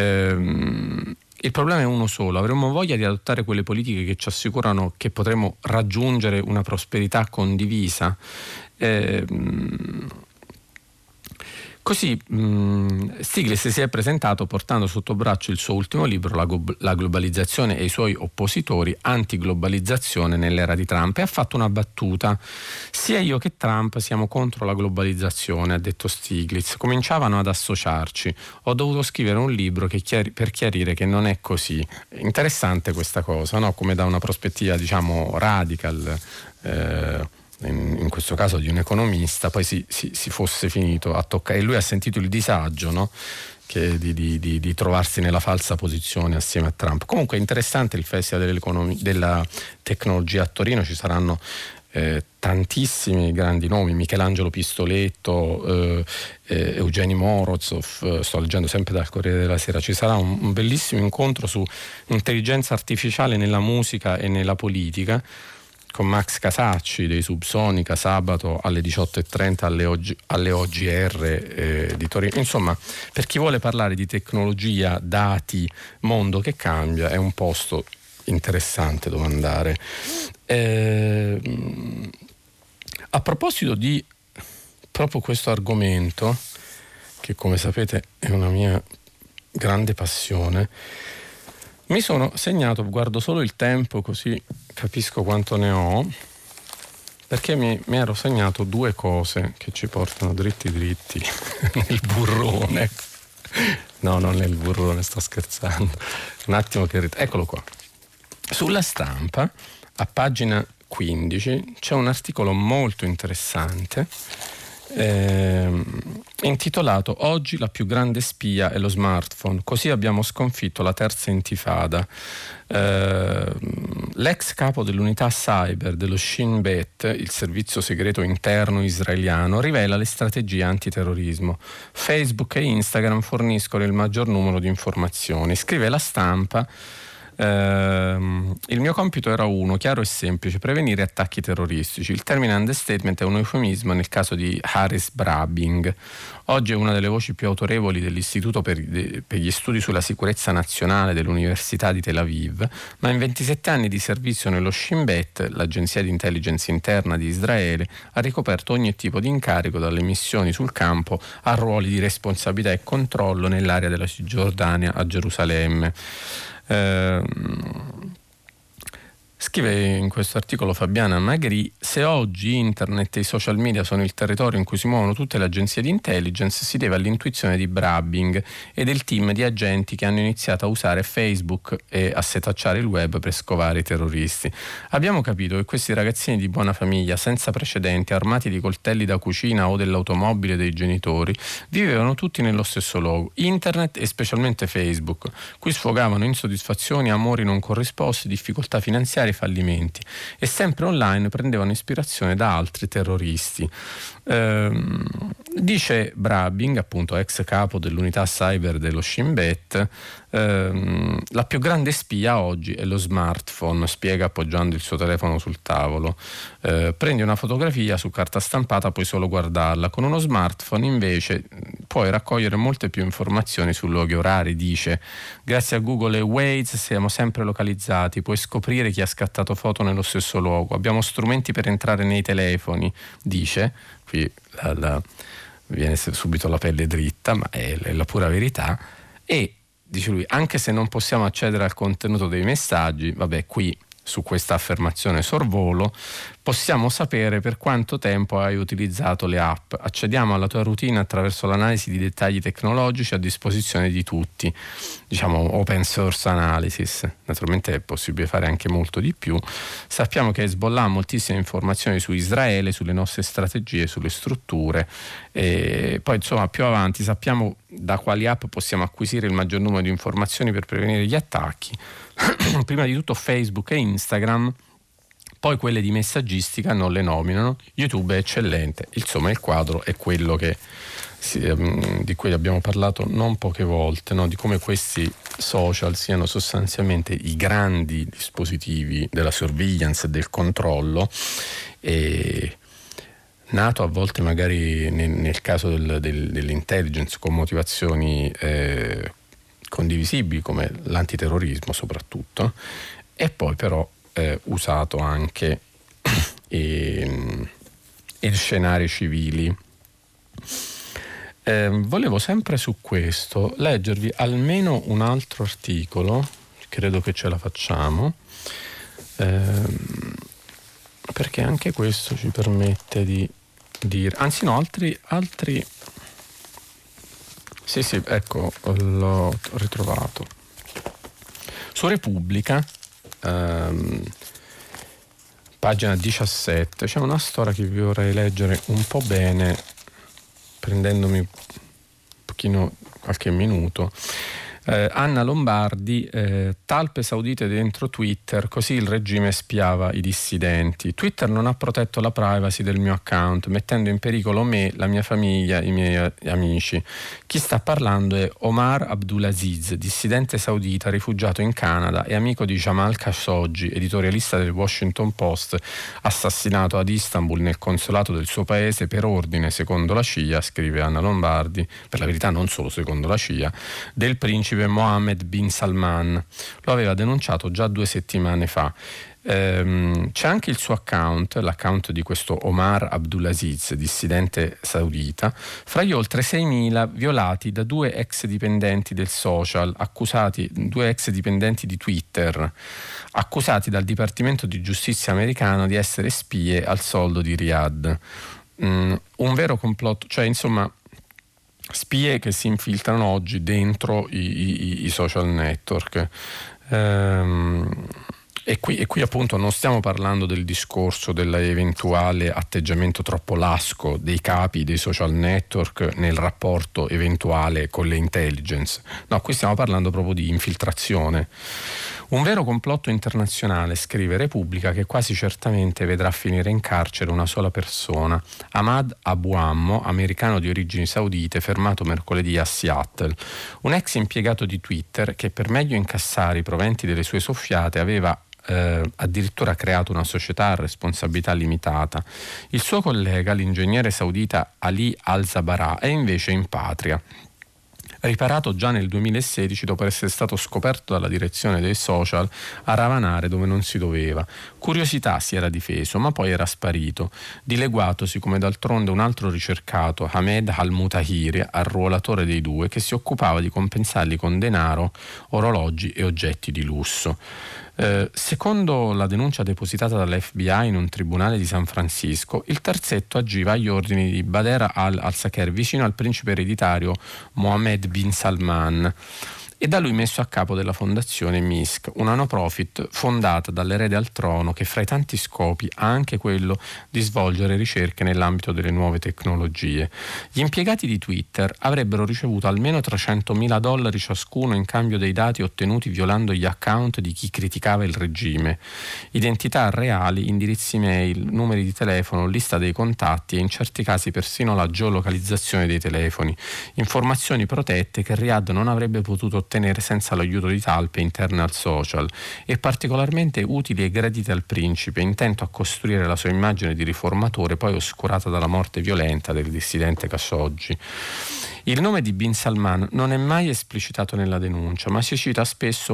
Il problema è uno solo: avremmo voglia di adottare quelle politiche che ci assicurano che potremo raggiungere una prosperità condivisa? Così Stiglitz si è presentato portando sotto braccio il suo ultimo libro, La globalizzazione e i suoi oppositori, antiglobalizzazione nell'era di Trump, e ha fatto una battuta: sia io che Trump siamo contro la globalizzazione, ha detto Stiglitz, cominciavano ad associarci, ho dovuto scrivere un libro per chiarire che non è così. Interessante questa cosa, no? Come da una prospettiva diciamo radical, in questo caso di un economista, poi si fosse finito a toccare, e lui ha sentito il disagio, no? di trovarsi nella falsa posizione assieme a Trump. Comunque è interessante il Festival della Tecnologia a Torino, ci saranno tantissimi grandi nomi, Michelangelo Pistoletto, Eugeni Morozov, sto leggendo sempre dal Corriere della Sera. Ci sarà un bellissimo incontro su intelligenza artificiale nella musica e nella politica, con Max Casacci dei Subsonica, sabato alle 18:30 alle OGR di Torino. Insomma, per chi vuole parlare di tecnologia, dati, mondo che cambia, è un posto interessante dove andare. A proposito di proprio questo argomento, che come sapete è una mia grande passione. Mi sono segnato, guardo solo il tempo così capisco quanto ne ho, perché mi ero segnato 2 cose che ci portano dritti nel burrone. No, non nel burrone, sto scherzando. Un attimo eccolo qua. Sulla Stampa, a pagina 15, c'è un articolo molto interessante intitolato "Oggi la più grande spia è lo smartphone, così abbiamo sconfitto la terza intifada". L'ex capo dell'unità cyber dello Shin Bet, il servizio segreto interno israeliano, rivela le strategie antiterrorismo. Facebook e Instagram forniscono il maggior numero di informazioni. Scrive La Stampa: il mio compito era chiaro e semplice: prevenire attacchi terroristici. Il termine understatement è un eufemismo nel caso di Haris Brabing. Oggi è una delle voci più autorevoli dell'Istituto per gli studi sulla sicurezza nazionale dell'Università di Tel Aviv, ma in 27 anni di servizio nello Shin Bet, l'agenzia di intelligence interna di Israele, ha ricoperto ogni tipo di incarico, dalle missioni sul campo a ruoli di responsabilità e controllo nell'area della Cisgiordania a Gerusalemme. Scrive in questo articolo Fabiana Magri: se oggi internet e i social media sono il territorio in cui si muovono tutte le agenzie di intelligence, si deve all'intuizione di Brabing e del team di agenti che hanno iniziato a usare Facebook e a setacciare il web per scovare i terroristi. Abbiamo capito che questi ragazzini di buona famiglia, senza precedenti, armati di coltelli da cucina o dell'automobile dei genitori, vivevano tutti nello stesso luogo, internet e specialmente Facebook, cui sfogavano insoddisfazioni, amori non corrisposti, difficoltà finanziarie, fallimenti, e sempre online prendevano ispirazione da altri terroristi. Dice Brabing, appunto ex capo dell'unità cyber dello Shin Bet, la più grande spia oggi è lo smartphone, spiega appoggiando il suo telefono sul tavolo. Prendi una fotografia su carta stampata, puoi solo guardarla. Con uno smartphone invece puoi raccogliere molte più informazioni su luoghi, orari. Dice: grazie a Google e Waze siamo sempre localizzati, puoi scoprire chi ha scattato foto nello stesso luogo, abbiamo strumenti per entrare nei telefoni. Dice, qui viene subito la pelle dritta, ma è la pura verità. E dice lui, anche se non possiamo accedere al contenuto dei messaggi, vabbè, qui su questa affermazione sorvolo, possiamo sapere per quanto tempo hai utilizzato le app. Accediamo alla tua routine attraverso l'analisi di dettagli tecnologici a disposizione di tutti, diciamo open source analysis. Naturalmente è possibile fare anche molto di più. Sappiamo che Hezbollah ha moltissime informazioni su Israele, sulle nostre strategie, sulle strutture, e poi insomma più avanti sappiamo da quali app possiamo acquisire il maggior numero di informazioni per prevenire gli attacchi. Prima di tutto Facebook e Instagram, poi quelle di messaggistica non le nominano, YouTube è eccellente. Insomma, il quadro è quello di cui abbiamo parlato non poche volte, no? Di come questi social siano sostanzialmente i grandi dispositivi della surveillance e del controllo, e nato a volte magari nel caso dell'intelligence con motivazioni condivisibili come l'antiterrorismo soprattutto, e poi però usato anche in scenari civili. Volevo sempre su questo leggervi almeno un altro articolo, credo che ce la facciamo, perché anche questo ci permette di dire, anzi no, altri sì, ecco, l'ho ritrovato. Su Repubblica, pagina 17, c'è una storia che vi vorrei leggere un po' bene, prendendomi un pochino qualche minuto. Anna Lombardi, talpe saudite dentro Twitter, così il regime spiava i dissidenti. Twitter non ha protetto la privacy del mio account, mettendo in pericolo me, la mia famiglia, i miei amici. Chi sta parlando è Omar Abdulaziz, dissidente saudita rifugiato in Canada e amico di Jamal Khashoggi, editorialista del Washington Post, assassinato ad Istanbul nel consolato del suo paese per ordine, secondo la CIA, scrive Anna Lombardi, per la verità non solo secondo la CIA, del principe scrive Mohammed bin Salman. Lo aveva denunciato già 2 settimane fa. C'è anche il suo account, l'account di questo Omar Abdulaziz, dissidente saudita, fra gli oltre 6.000 violati da 2 ex dipendenti del social, 2 ex dipendenti di Twitter, accusati dal Dipartimento di Giustizia americano di essere spie al soldo di Riyadh. Un vero complotto, cioè insomma spie che si infiltrano oggi dentro i social network. E qui appunto non stiamo parlando del discorso dell'eventuale atteggiamento troppo lasco dei capi dei social network nel rapporto eventuale con le intelligence. No, qui stiamo parlando proprio di infiltrazione. Un vero complotto internazionale, scrive Repubblica, che quasi certamente vedrà finire in carcere una sola persona, Ahmad Abu Ammo, americano di origini saudite, fermato mercoledì a Seattle. Un ex impiegato di Twitter che per meglio incassare i proventi delle sue soffiate aveva addirittura creato una società a responsabilità limitata. Il suo collega, l'ingegnere saudita Ali Al-Zabara, è invece in patria, riparato già nel 2016 dopo essere stato scoperto dalla direzione dei social a ravanare dove non si doveva. Curiosità si era difeso, ma poi era sparito, dileguatosi come d'altronde un altro ricercato, Hamed Al-Mutahiri, arruolatore dei due, che si occupava di compensarli con denaro, orologi e oggetti di lusso. Secondo la denuncia depositata dall'FBI in un tribunale di San Francisco, il terzetto agiva agli ordini di Bader al-Saker, vicino al principe ereditario Mohammed bin Salman, e da lui messo a capo della fondazione MISC, una no profit fondata dall'erede al trono che fra i tanti scopi ha anche quello di svolgere ricerche nell'ambito delle nuove tecnologie. Gli impiegati di Twitter avrebbero ricevuto almeno $300.000 ciascuno in cambio dei dati ottenuti violando gli account di chi criticava il regime. Identità reali, indirizzi mail, numeri di telefono, lista dei contatti e in certi casi persino la geolocalizzazione dei telefoni. Informazioni protette che Riyadh non avrebbe potuto ottenere senza l'aiuto di talpe interne al social, e particolarmente utili e gradite al principe, intento a costruire la sua immagine di riformatore poi oscurata dalla morte violenta del dissidente Khashoggi. Il nome di Bin Salman non è mai esplicitato nella denuncia, ma si cita spesso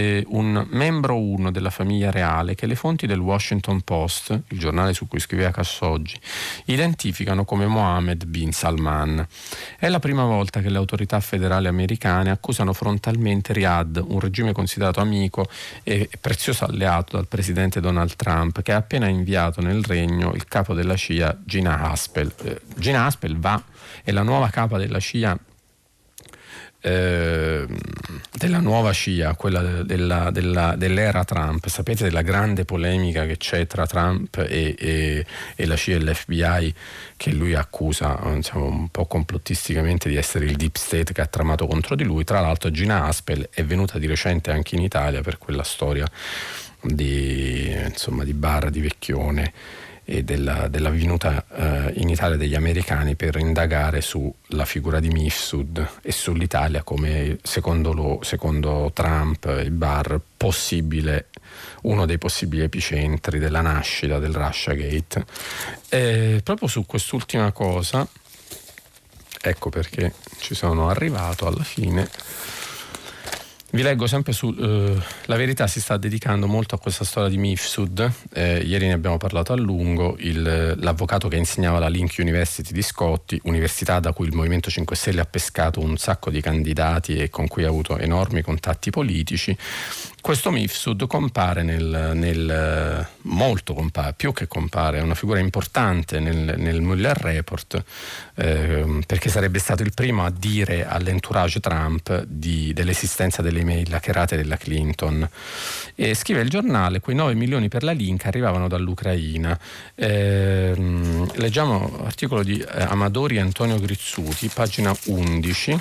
un membro uno della famiglia reale che le fonti del Washington Post, il giornale su cui scriveva Khashoggi, identificano come Mohammed bin Salman. È la prima volta che le autorità federali americane accusano frontalmente Riyadh, un regime considerato amico e prezioso alleato dal presidente Donald Trump, che ha appena inviato nel regno il capo della CIA Gina Haspel. Gina Haspel è la nuova capa della CIA, quella dell'era Trump. Sapete della grande polemica che c'è tra Trump e la CIA e l'FBI, che lui accusa, diciamo, un po' complottisticamente di essere il deep state che ha tramato contro di lui. Tra l'altro Gina Haspel è venuta di recente anche in Italia per quella storia di bar di Vecchione e della venuta in Italia degli americani per indagare sulla figura di Mifsud e sull'Italia come, secondo Trump, il bar uno dei possibili epicentri della nascita del Russiagate. Proprio su quest'ultima cosa, ecco perché ci sono arrivato alla fine. Vi leggo sempre La Verità si sta dedicando molto a questa storia di Mifsud. Ieri ne abbiamo parlato a lungo. L'avvocato che insegnava alla Link University di Scotti, università da cui il Movimento 5 Stelle ha pescato un sacco di candidati e con cui ha avuto enormi contatti politici. Questo Mifsud compare più che compare, è una figura importante nel Mueller Report, perché sarebbe stato il primo a dire all'entourage Trump dell'esistenza delle email hackerate della Clinton. E scrive il giornale: quei 9 milioni per la Link arrivavano dall'Ucraina. Leggiamo l'articolo di Amadori e Antonio Grizzuti, pagina 11.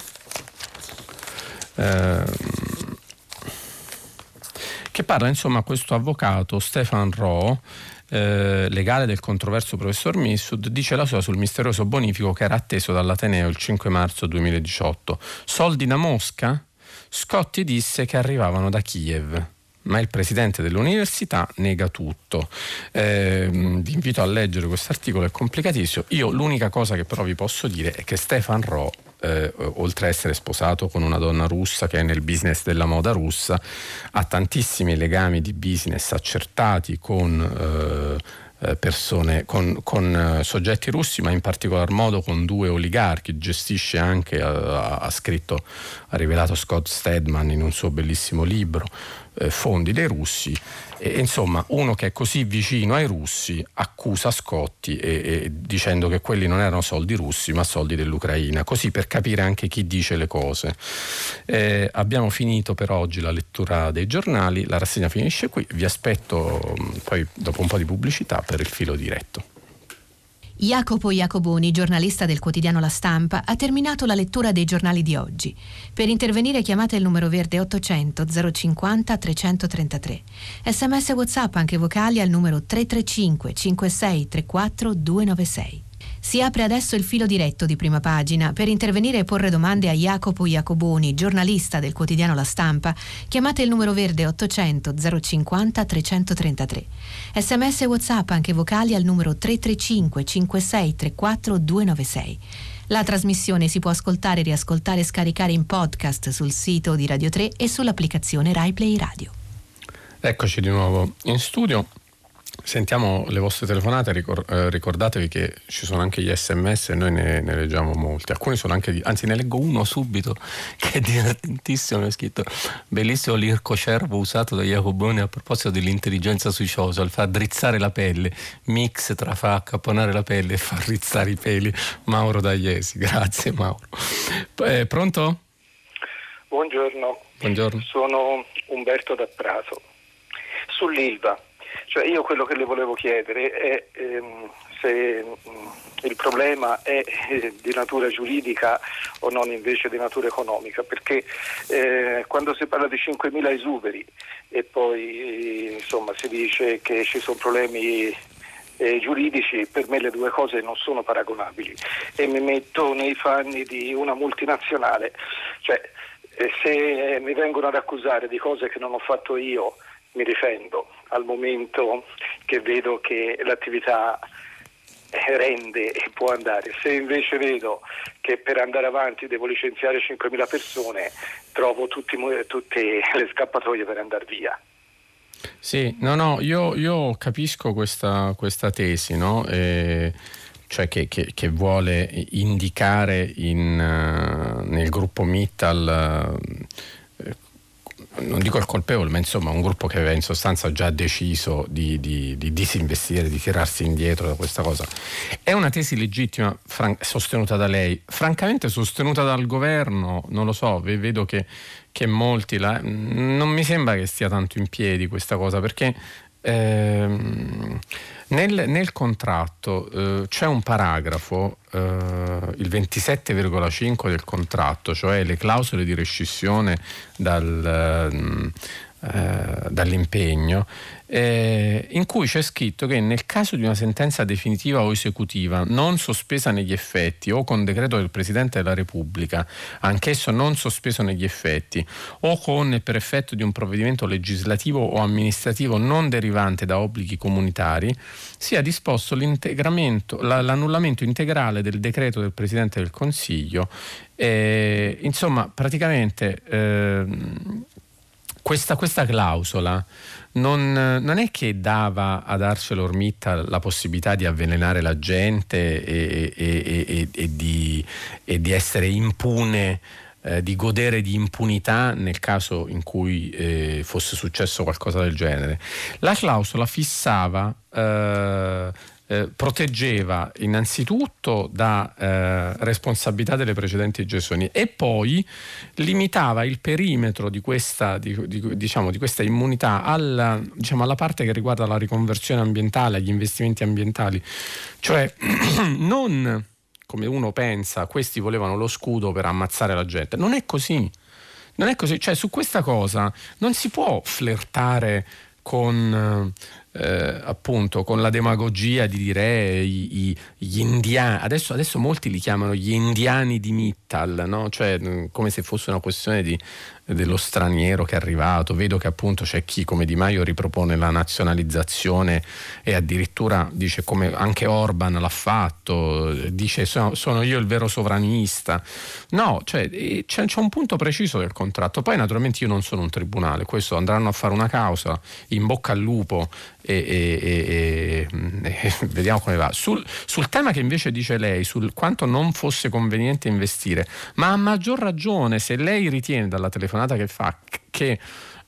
Che parla, insomma, questo avvocato Stefan Rowe, legale del controverso professor Mifsud, dice la sua sul misterioso bonifico che era atteso dall'Ateneo il 5 marzo 2018. Soldi da Mosca? Scotti disse che arrivavano da Kiev, ma il presidente dell'università nega tutto. Vi invito a leggere questo articolo, è complicatissimo. Io l'unica cosa che però vi posso dire è che Stefan Rowe oltre a essere sposato con una donna russa che è nel business della moda russa, ha tantissimi legami di business accertati con persone, con soggetti russi, ma in particolar modo con 2 oligarchi. Gestisce anche, ha rivelato Scott Stedman in un suo bellissimo libro, fondi dei russi. Insomma, uno che è così vicino ai russi accusa Scotti dicendo che quelli non erano soldi russi ma soldi dell'Ucraina, così per capire anche chi dice le cose. Abbiamo finito per oggi la lettura dei giornali, la rassegna finisce qui, vi aspetto poi dopo un po' di pubblicità per il filo diretto. Jacopo Iacoboni, giornalista del quotidiano La Stampa, ha terminato la lettura dei giornali di oggi. Per intervenire chiamate il numero verde 800 050 333. SMS WhatsApp anche vocali al numero 335 56 34 296. Si apre adesso il filo diretto di Prima Pagina. Per intervenire e porre domande a Jacopo Iacoboni, giornalista del quotidiano La Stampa, chiamate il numero verde 800 050 333. SMS WhatsApp anche vocali al numero 335 56 34 296. La trasmissione si può ascoltare, riascoltare e scaricare in podcast sul sito di Radio 3 e sull'applicazione Rai Play Radio. Eccoci di nuovo in studio. Sentiamo le vostre telefonate, ricordatevi che ci sono anche gli SMS e noi ne leggiamo molti. Alcuni sono anche, anzi ne leggo uno subito che è divertentissimo, mi ha scritto: bellissimo l'irco cervo usato da Iacoboni a proposito dell'intelligenza sui social, fa drizzare la pelle, mix tra fa accapponare la pelle e fa rizzare i peli. Mauro Dagliesi, grazie Mauro. Pronto? Buongiorno. Buongiorno. Sono Umberto da Prato. Sull'Ilva. Cioè io quello che le volevo chiedere è se il problema è di natura giuridica o non invece di natura economica, perché quando si parla di 5.000 esuberi e poi insomma si dice che ci sono problemi giuridici, per me le due cose non sono paragonabili e mi metto nei panni di una multinazionale. Cioè se mi vengono ad accusare di cose che non ho fatto io, mi difendo al momento che vedo che l'attività rende e può andare. Se invece vedo che per andare avanti devo licenziare 5.000 persone, trovo tutte le scappatoie per andare via. Sì, no, io capisco questa tesi, no? Cioè che vuole indicare nel gruppo Mittal, non dico il colpevole, ma insomma un gruppo che aveva in sostanza già deciso di disinvestire, di tirarsi indietro da questa cosa. È una tesi legittima, sostenuta da lei, francamente sostenuta dal governo, non lo so, vedo che molti non mi sembra che stia tanto in piedi questa cosa, perché nel contratto c'è un paragrafo, il 27,5 del contratto, cioè le clausole di rescissione dall'impegno, in cui c'è scritto che nel caso di una sentenza definitiva o esecutiva non sospesa negli effetti o con decreto del Presidente della Repubblica, anch'esso non sospeso negli effetti, o con e per effetto di un provvedimento legislativo o amministrativo non derivante da obblighi comunitari, sia disposto l'annullamento integrale del decreto del Presidente del Consiglio. Insomma, praticamente questa clausola non è che dava ad ArcelorMittal la possibilità di avvelenare la gente e di essere impune, di godere di impunità nel caso in cui fosse successo qualcosa del genere. La clausola fissava, proteggeva innanzitutto da responsabilità delle precedenti gestioni e poi limitava il perimetro di questa immunità alla parte che riguarda la riconversione ambientale, gli investimenti ambientali, cioè non come uno pensa, questi volevano lo scudo per ammazzare la gente. Non è così, cioè su questa cosa non si può flirtare con appunto con la demagogia di dire gli indiani, adesso molti li chiamano gli indiani di Mittal, no? Cioè come se fosse una questione dello straniero che è arrivato. Vedo che appunto c'è chi come Di Maio ripropone la nazionalizzazione e addirittura dice, come anche Orban l'ha fatto, dice sono io il vero sovranista. No, cioè c'è un punto preciso del contratto. Poi naturalmente io non sono un tribunale, questo andranno a fare una causa, in bocca al lupo e vediamo come va. Sul tema che invece dice lei, sul quanto non fosse conveniente investire, ma a maggior ragione se lei ritiene dalla telefonata che fa che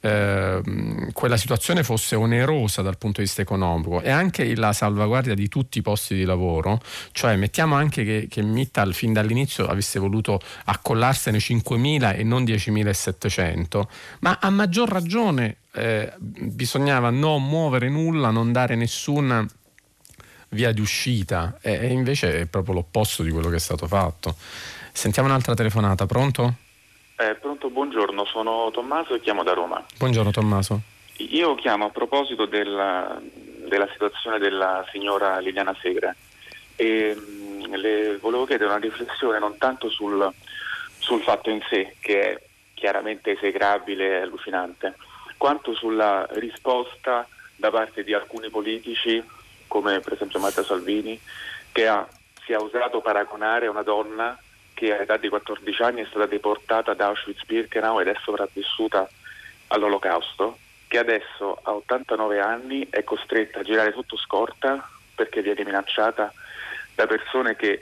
quella situazione fosse onerosa dal punto di vista economico e anche la salvaguardia di tutti i posti di lavoro, cioè mettiamo anche che Mittal fin dall'inizio avesse voluto accollarsene 5.000 e non 10.700, ma a maggior ragione bisognava non muovere nulla, non dare nessuna via di uscita, e invece è proprio l'opposto di quello che è stato fatto. Sentiamo un'altra telefonata. Pronto? Pronto, buongiorno, sono Tommaso e chiamo da Roma. Buongiorno Tommaso. Io chiamo a proposito della situazione della signora Liliana Segre e le volevo chiedere una riflessione non tanto sul fatto in sé, che è chiaramente esecrabile e allucinante, quanto sulla risposta da parte di alcuni politici, come per esempio Matteo Salvini, che si è usato paragonare una donna che all'età di 14 anni è stata deportata da Auschwitz-Birkenau ed è sopravvissuta all'Olocausto, che adesso a 89 anni è costretta a girare sotto scorta perché viene minacciata da persone che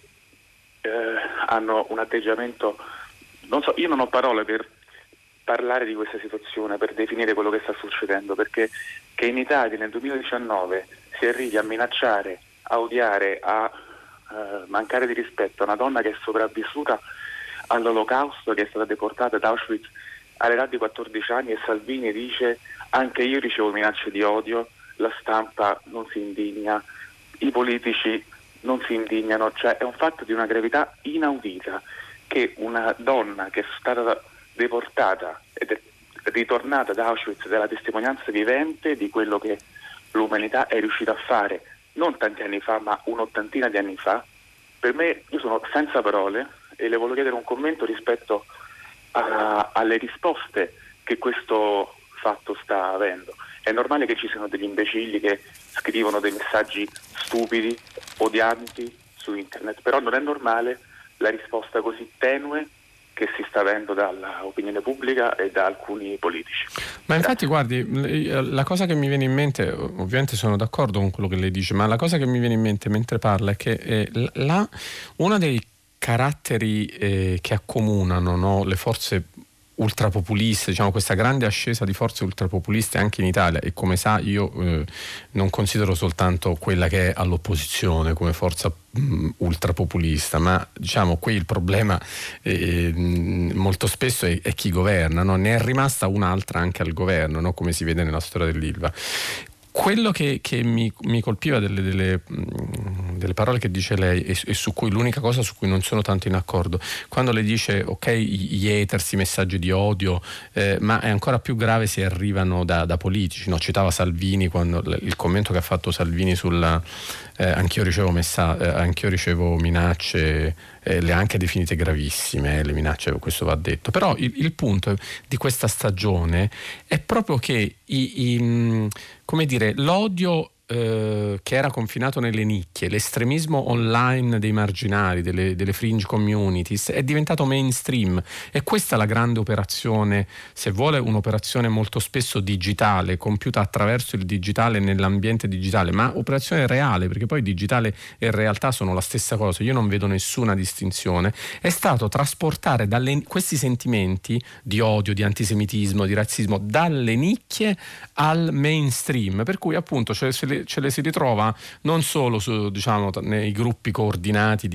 hanno un atteggiamento, non so, io non ho parole per parlare di questa situazione, per definire quello che sta succedendo, perché che in Italia nel 2019 si arrivi a minacciare, a odiare, a mancare di rispetto a una donna che è sopravvissuta all'Olocausto, che è stata deportata da Auschwitz all'età di 14 anni, e Salvini dice anche io ricevo minacce di odio, la stampa non si indigna, i politici non si indignano, cioè è un fatto di una gravità inaudita che una donna che è stata deportata ed è ritornata da Auschwitz è la testimonianza vivente di quello che l'umanità è riuscita a fare non tanti anni fa, ma un'ottantina di anni fa. Per me, io sono senza parole e le voglio chiedere un commento rispetto alle risposte che questo fatto sta avendo. È normale che ci siano degli imbecilli che scrivono dei messaggi stupidi, odianti su internet, però non è normale la risposta così tenue che si sta avendo dall'opinione pubblica e da alcuni politici. Ma infatti guardi, la cosa che mi viene in mente, ovviamente sono d'accordo con quello che lei dice, ma la cosa che mi viene in mente mentre parla è che uno dei caratteri che accomunano, no, le forze ultrapopuliste, diciamo questa grande ascesa di forze ultrapopuliste anche in Italia, e come sa io non considero soltanto quella che è all'opposizione come forza ultrapopulista, ma diciamo qui il problema molto spesso è chi governa, no? Ne è rimasta un'altra anche al governo, no? Come si vede nella storia dell'Ilva. Quello che mi colpiva delle parole che dice lei e su cui l'unica cosa su cui non sono tanto in accordo, quando le dice ok gli haters, i messaggi di odio, ma è ancora più grave se arrivano da politici, no? Citava Salvini, quando il commento che ha fatto Salvini sulla anch'io ricevo minacce, le ha anche definite gravissime, le minacce, questo va detto, però il punto di questa stagione è proprio che come dire, l'odio che era confinato nelle nicchie, l'estremismo online dei marginali, delle fringe communities, è diventato mainstream, e questa è la grande operazione, se vuole un'operazione molto spesso digitale, compiuta attraverso il digitale nell'ambiente digitale, ma operazione reale, perché poi digitale e realtà sono la stessa cosa, io non vedo nessuna distinzione, è stato trasportare questi sentimenti di odio, di antisemitismo, di razzismo dalle nicchie al mainstream, per cui appunto ce le si ritrova non solo diciamo, nei gruppi coordinati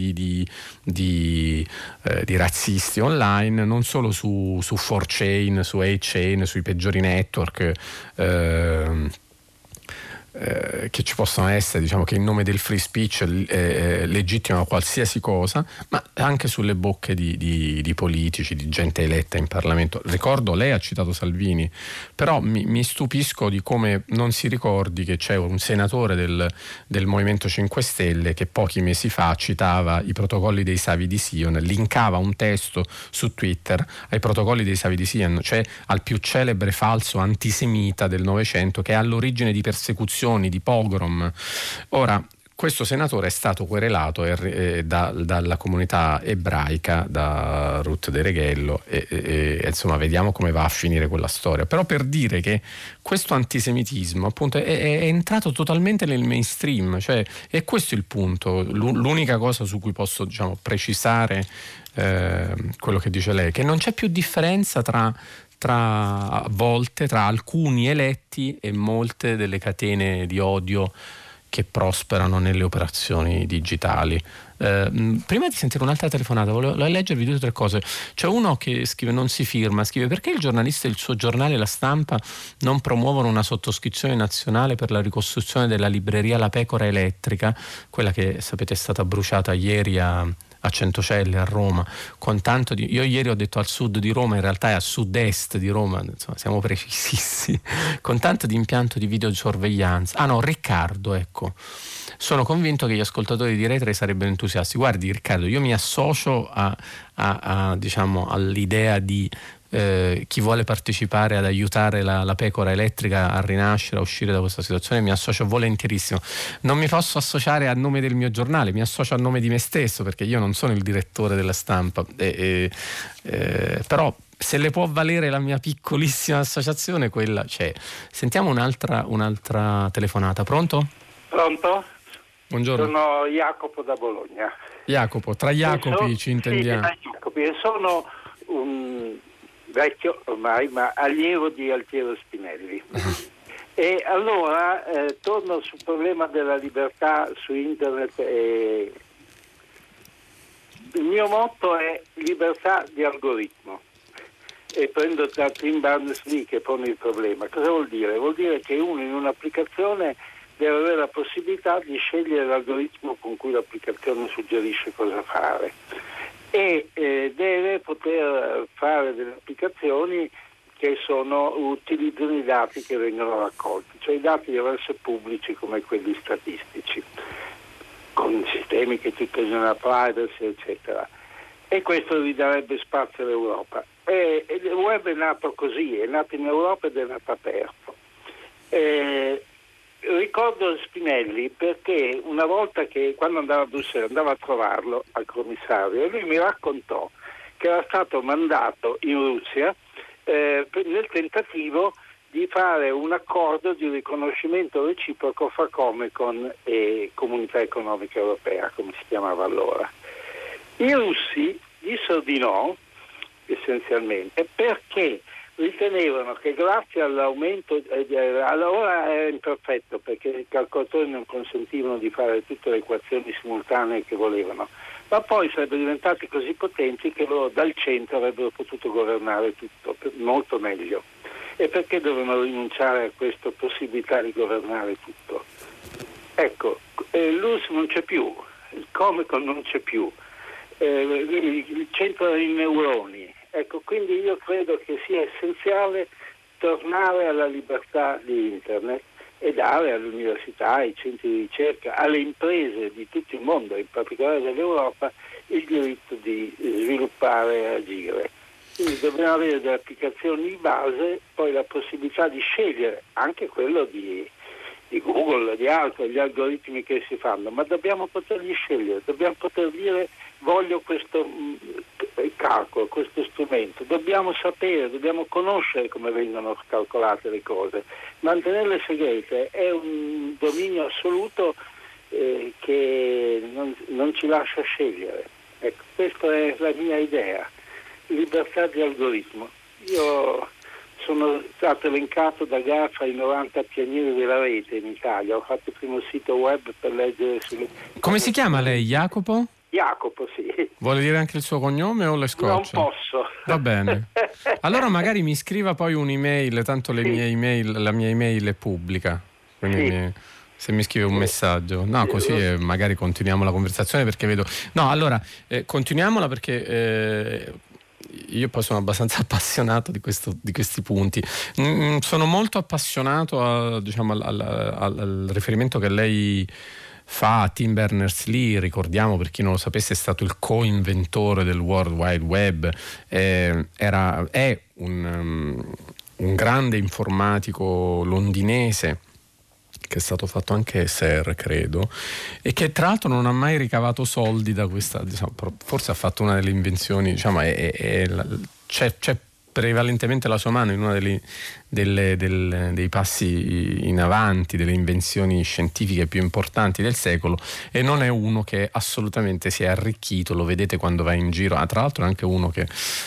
di razzisti online, non solo su 4chan, su 8chan, sui peggiori network, che ci possono essere, diciamo che in nome del free speech legittimano qualsiasi cosa, ma anche sulle bocche di politici, di gente eletta in Parlamento. Ricordo, lei ha citato Salvini, però mi stupisco di come non si ricordi che c'è un senatore del Movimento 5 Stelle che pochi mesi fa citava i protocolli dei Savi di Sion, linkava un testo su Twitter ai protocolli dei Savi di Sion, cioè al più celebre falso antisemita del Novecento che è all'origine di persecuzioni, di pogrom. Ora, questo senatore è stato querelato dalla comunità ebraica, da Ruth De Reghello, e insomma vediamo come va a finire quella storia. Però per dire che questo antisemitismo appunto è entrato totalmente nel mainstream, cioè è questo il punto, l'unica cosa su cui posso, diciamo, precisare quello che dice lei, che non c'è più differenza tra alcuni eletti e molte delle catene di odio che prosperano nelle operazioni digitali. Prima di sentire un'altra telefonata volevo leggervi 2 o 3 cose. C'è uno che scrive, non si firma, scrive: perché il giornalista e il suo giornale La Stampa non promuovono una sottoscrizione nazionale per la ricostruzione della libreria La Pecora Elettrica, quella che sapete è stata bruciata ieri a Centocelle, a Roma, con tanto di... Io ieri ho detto al sud di Roma, in realtà è a sud-est di Roma, insomma siamo precisissimi, con tanto di impianto di videosorveglianza. Ah no, Riccardo, ecco, sono convinto che gli ascoltatori di Rai 3 sarebbero entusiasti. Guardi Riccardo, io mi associo diciamo all'idea di chi vuole partecipare ad aiutare la Pecora Elettrica a rinascere, a uscire da questa situazione, mi associo volentierissimo. Non mi posso associare a nome del mio giornale, mi associo a nome di me stesso, perché io non sono il direttore della Stampa, però se le può valere la mia piccolissima associazione, quella c'è. Sentiamo un'altra telefonata. Pronto? Pronto? Buongiorno. Sono Jacopo da Bologna. Jacopo, tra Jacopi ci intendiamo. Sì, Jacopi, sono un vecchio ormai, ma allievo di Altiero Spinelli. E allora torno sul problema della libertà su internet. Il mio motto è libertà di algoritmo, e prendo da Tim Berners-Lee che pone il problema. Cosa vuol dire? Vuol dire che uno in un'applicazione deve avere la possibilità di scegliere l'algoritmo con cui l'applicazione suggerisce cosa fare, e deve poter fare delle applicazioni che utilizzano i dati che vengono raccolti, cioè i dati devono essere pubblici come quelli statistici, con sistemi che tutelano la privacy, eccetera. E questo gli darebbe spazio all'Europa. E il web è nato così, è nato in Europa ed è nato aperto. Ricordo Spinelli perché una volta che, quando andava a Bruxelles, andava a trovarlo al commissario, e lui mi raccontò che era stato mandato in Russia nel tentativo di fare un accordo di riconoscimento reciproco fra Comecon e Comunità Economica Europea, come si chiamava allora. I russi dissero di no, essenzialmente, perché ritenevano che grazie all'aumento, allora era imperfetto perché i calcolatori non consentivano di fare tutte le equazioni simultanee che volevano, ma poi sarebbero diventati così potenti che loro dal centro avrebbero potuto governare tutto molto meglio. E perché dovevano rinunciare a questa possibilità di governare tutto? Ecco, l'URSS non c'è più, il Comecon non c'è più, il centro dei neuroni. Ecco, quindi io credo che sia essenziale tornare alla libertà di internet e dare alle università, ai centri di ricerca, alle imprese di tutto il mondo, in particolare dell'Europa, il diritto di sviluppare e agire. Quindi dobbiamo avere delle applicazioni di base, poi la possibilità di scegliere anche quello di Google, di altri, gli algoritmi che si fanno, ma dobbiamo poterli scegliere, dobbiamo poter dire voglio questo calcolo, questo strumento, dobbiamo sapere, dobbiamo conoscere come vengono calcolate le cose. Mantenerle segrete è un dominio assoluto che non ci lascia scegliere. Ecco, questa è la mia idea, libertà di algoritmo. Io sono stato elencato da GAFA i 90 pionieri della rete in Italia, ho fatto il primo sito web per leggere sulle... Come si chiama lei, Jacopo? Jacopo, sì. Vuole dire anche il suo cognome o le scoccia? Non posso. Va bene. Allora magari mi scriva poi un'email, tanto le sì. mie email, la mia email è pubblica. quindi Sì. se mi scrive un messaggio, no, così magari continuiamo la conversazione, perché vedo. No, allora continuiamola, perché io poi sono abbastanza appassionato di questi punti. Sono molto appassionato diciamo, al riferimento che lei fa a Tim Berners-Lee. Ricordiamo, per chi non lo sapesse, è stato il co-inventore del World Wide Web, è un grande informatico londinese che è stato fatto anche SER, credo, e che tra l'altro non ha mai ricavato soldi da questa, diciamo, forse ha fatto una delle invenzioni, diciamo, c'è prevalentemente la sua mano in una dei passi in avanti, delle invenzioni scientifiche più importanti del secolo, e non è uno che assolutamente si è arricchito. Lo vedete quando va in giro. Tra l'altro è anche uno che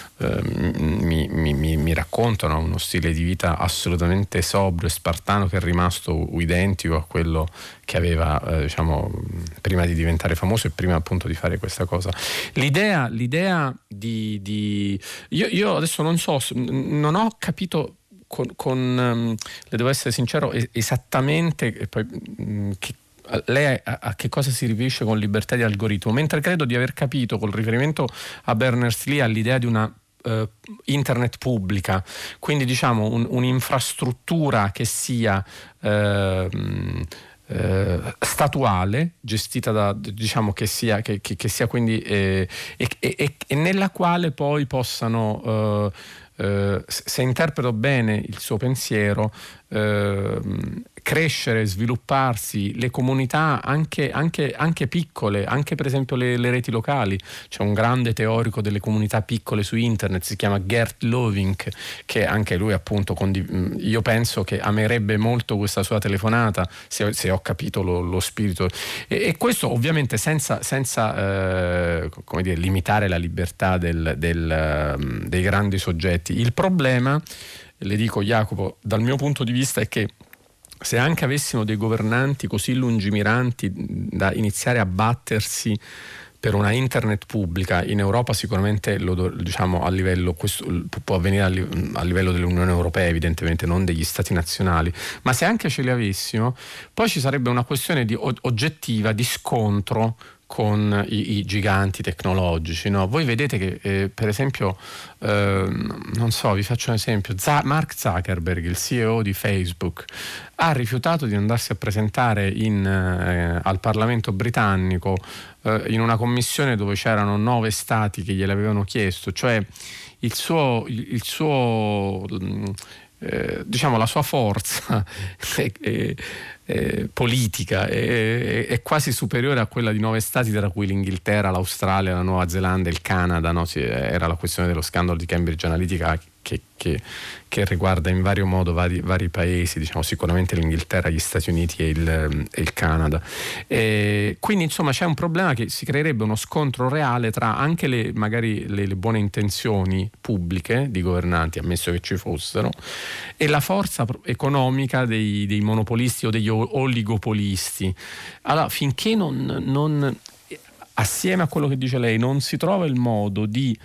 mi raccontano uno stile di vita assolutamente sobrio e spartano, che è rimasto identico a quello che aveva diciamo prima di diventare famoso e prima appunto di fare questa cosa. L'idea di io adesso non so, non ho capito le devo essere sincero esattamente poi lei a che cosa si riferisce con libertà di algoritmo, mentre credo di aver capito, col riferimento a Berners-Lee, all'idea di una internet pubblica, quindi diciamo un'infrastruttura che sia statuale, gestita da, diciamo, che sia quindi e nella quale poi possano se interpreto bene il suo pensiero, crescere, svilupparsi le comunità anche piccole, anche per esempio le reti locali. C'è un grande teorico delle comunità piccole su internet, si chiama Gert Lovink, che anche lui appunto io penso che amerebbe molto questa sua telefonata, se ho capito lo spirito, e questo ovviamente senza come dire, limitare la libertà dei grandi soggetti. Il problema, le dico Jacopo, dal mio punto di vista, è che se anche avessimo dei governanti così lungimiranti da iniziare a battersi per una internet pubblica in Europa, sicuramente diciamo a livello, questo può avvenire a livello dell'Unione Europea, evidentemente non degli stati nazionali, ma se anche ce li avessimo, poi ci sarebbe una questione oggettiva di scontro con i giganti tecnologici, no? Voi vedete che per esempio non so, vi faccio un esempio, Mark Zuckerberg, il CEO di Facebook, ha rifiutato di andarsi a presentare al Parlamento britannico in una commissione dove c'erano 9 stati che gliel'avevano chiesto, cioè il suo diciamo la sua forza politica è quasi superiore a quella di 9 stati, tra cui l'Inghilterra, l'Australia, la Nuova Zelanda, il Canada, no? Era la questione dello scandalo di Cambridge Analytica che riguarda in vario modo vari paesi, diciamo sicuramente l'Inghilterra, gli Stati Uniti e il Canada. Quindi insomma c'è un problema, che si creerebbe uno scontro reale tra anche magari le buone intenzioni pubbliche di governanti, ammesso che ci fossero, e la forza economica dei monopolisti o degli oligopolisti. Allora, finché non assieme a quello che dice lei non si trova il modo di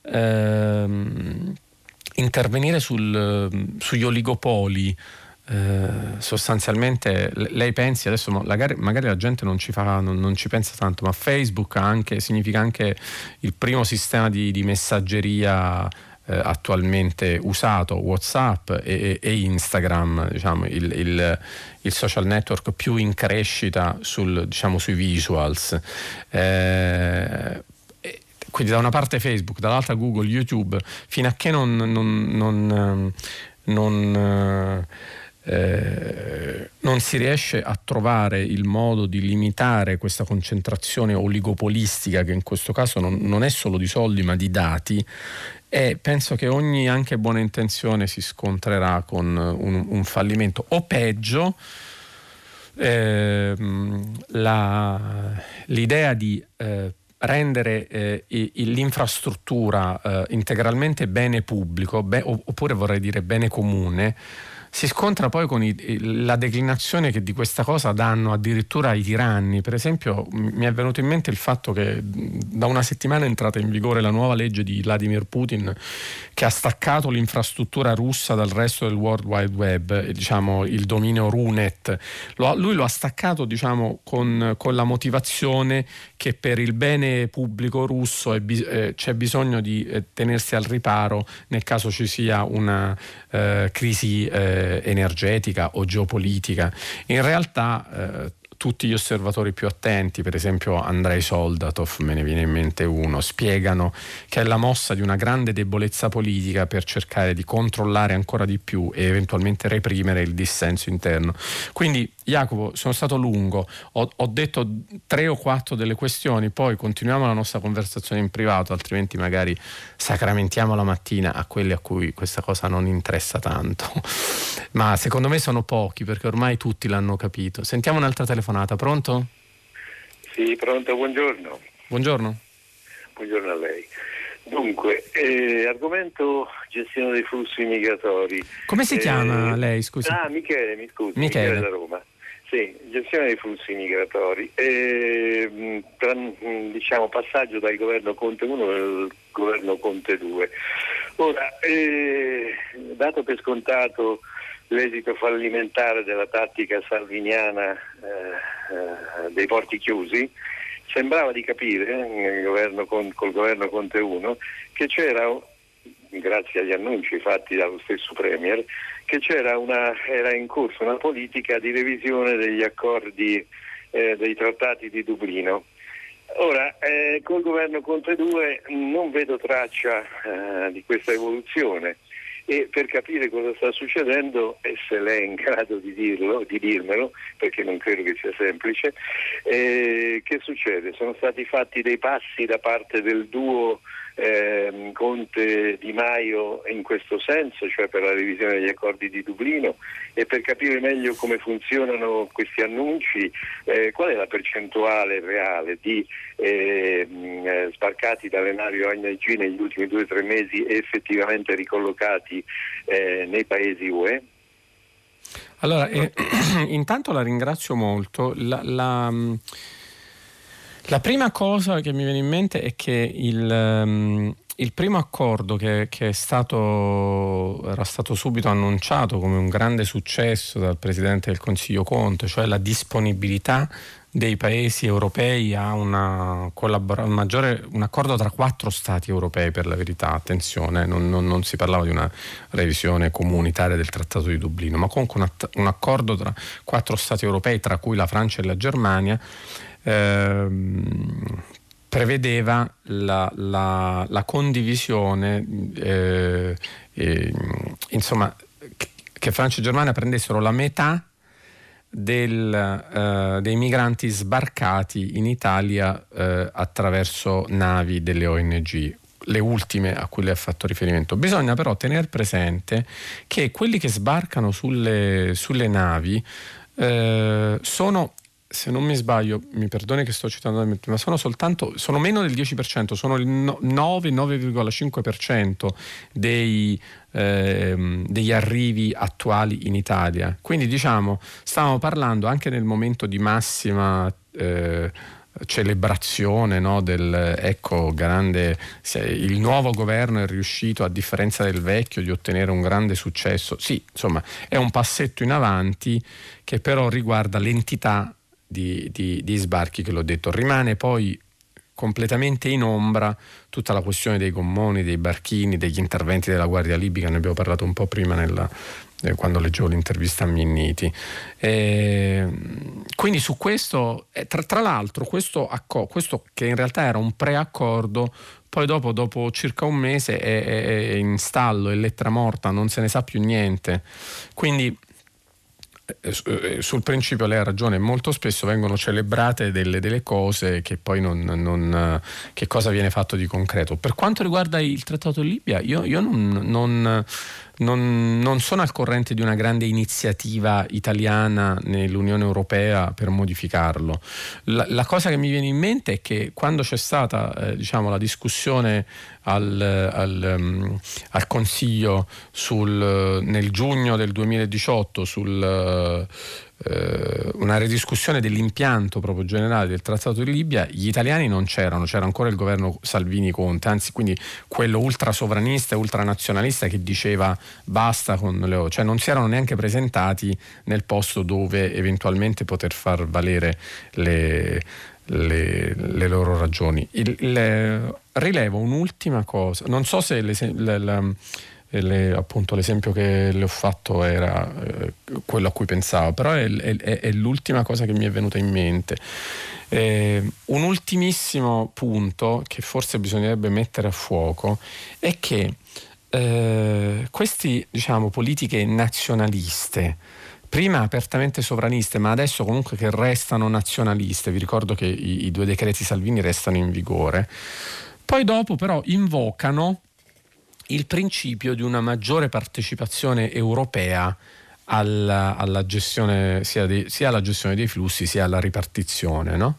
intervenire sugli oligopoli, sostanzialmente, lei pensi adesso, magari la gente non ci pensa tanto, ma Facebook significa anche il primo sistema di messaggeria attualmente usato, WhatsApp e Instagram, diciamo il social network più in crescita sui visuals. Quindi da una parte Facebook, dall'altra Google, YouTube, fino a che non si riesce a trovare il modo di limitare questa concentrazione oligopolistica, che in questo caso non è solo di soldi ma di dati, e penso che ogni anche buona intenzione si scontrerà con un fallimento, o peggio l'idea di rendere l'infrastruttura integralmente bene pubblico, oppure vorrei dire bene comune, si scontra poi con la declinazione che di questa cosa danno addirittura i tiranni. Per esempio mi è venuto in mente il fatto che da una settimana è entrata in vigore la nuova legge di Vladimir Putin, che ha staccato l'infrastruttura russa dal resto del World Wide Web, diciamo il dominio RUNET. Lui lo ha staccato, diciamo, con la motivazione che per il bene pubblico russo c'è bisogno di tenersi al riparo nel caso ci sia una crisi energetica o geopolitica. In realtà tutti gli osservatori più attenti, per esempio Andrei Soldatov, me ne viene in mente uno, spiegano che è la mossa di una grande debolezza politica per cercare di controllare ancora di più e eventualmente reprimere il dissenso interno. Quindi, Jacopo, sono stato lungo, ho detto 3 o 4 delle questioni, poi continuiamo la nostra conversazione in privato, altrimenti magari sacramentiamo la mattina a quelli a cui questa cosa non interessa tanto. Ma secondo me sono pochi, perché ormai tutti l'hanno capito. Sentiamo un'altra telefonata, pronto? Sì, pronto, buongiorno. Buongiorno. Buongiorno a lei. Dunque, argomento gestione dei flussi migratori. Come si chiama lei, scusi? Michele, mi scusi, Michele da Roma. Sì, gestione dei flussi migratori. Diciamo passaggio dal governo Conte 1 al governo Conte 2. Ora, dato per scontato l'esito fallimentare della tattica salviniana dei porti chiusi, sembrava di capire col governo Conte 1 che c'era, grazie agli annunci fatti dallo stesso Premier, che era in corso una politica di revisione degli accordi dei trattati di Dublino. Ora, col governo Conte 2 non vedo traccia di questa evoluzione, e per capire cosa sta succedendo, e se lei è in grado di dirmelo, perché non credo che sia semplice, che succede? Sono stati fatti dei passi da parte del duo Conte-Di Maio in questo senso, cioè per la revisione degli accordi di Dublino, e per capire meglio come funzionano questi annunci, qual è la percentuale reale di sbarcati dalle navi ONG negli ultimi 2 o 3 mesi e effettivamente ricollocati nei paesi UE? Allora, intanto la ringrazio molto. La prima cosa che mi viene in mente è che il primo accordo che era stato subito annunciato come un grande successo dal Presidente del Consiglio Conte, cioè la disponibilità dei paesi europei a un accordo tra 4 stati europei, per la verità, attenzione, non si parlava di una revisione comunitaria del Trattato di Dublino, ma comunque un accordo tra 4 stati europei, tra cui la Francia e la Germania, prevedeva la condivisione, insomma, che Francia e Germania prendessero la metà dei migranti sbarcati in Italia attraverso navi delle ONG, le ultime a cui lei ha fatto riferimento. Bisogna però tenere presente che quelli che sbarcano sulle navi sono, se non mi sbaglio, mi perdoni che sto citando, ma sono meno del 10%, sono il 9,5% degli arrivi attuali in Italia. Quindi, diciamo, stavamo parlando anche nel momento di massima celebrazione, no, grande, il nuovo governo è riuscito, a differenza del vecchio, di ottenere un grande successo. Sì, insomma, è un passetto in avanti che però riguarda l'entità di sbarchi, che l'ho detto. Rimane poi completamente in ombra tutta la questione dei gommoni, dei barchini, degli interventi della Guardia Libica. Ne abbiamo parlato un po' prima quando leggevo l'intervista a Minniti. Quindi su questo, tra l'altro, questo che in realtà era un preaccordo, poi dopo circa un mese è in stallo, è lettera morta, non se ne sa più niente. Quindi sul principio lei ha ragione, molto spesso vengono celebrate delle cose che poi che cosa viene fatto di concreto. Per quanto riguarda il trattato in Libia, io non non sono al corrente di una grande iniziativa italiana nell'Unione Europea per modificarlo. La cosa che mi viene in mente è che quando c'è stata la discussione al Consiglio nel giugno del 2018 una ridiscussione dell'impianto proprio generale del Trattato di Libia, gli italiani non c'era ancora il governo Salvini-Conte, anzi quindi quello ultra sovranista e ultranazionalista che diceva basta cioè non si erano neanche presentati nel posto dove eventualmente poter far valere le loro ragioni. Rilevo un'ultima cosa, non so se appunto l'esempio che le ho fatto era quello a cui pensavo, però è l'ultima cosa che mi è venuta in mente. Un ultimissimo punto che forse bisognerebbe mettere a fuoco è che queste politiche nazionaliste, prima apertamente sovraniste, ma adesso comunque che restano nazionaliste, vi ricordo che i 2 decreti Salvini restano in vigore, poi dopo però invocano il principio di una maggiore partecipazione europea alla gestione sia alla gestione dei flussi sia alla ripartizione, no?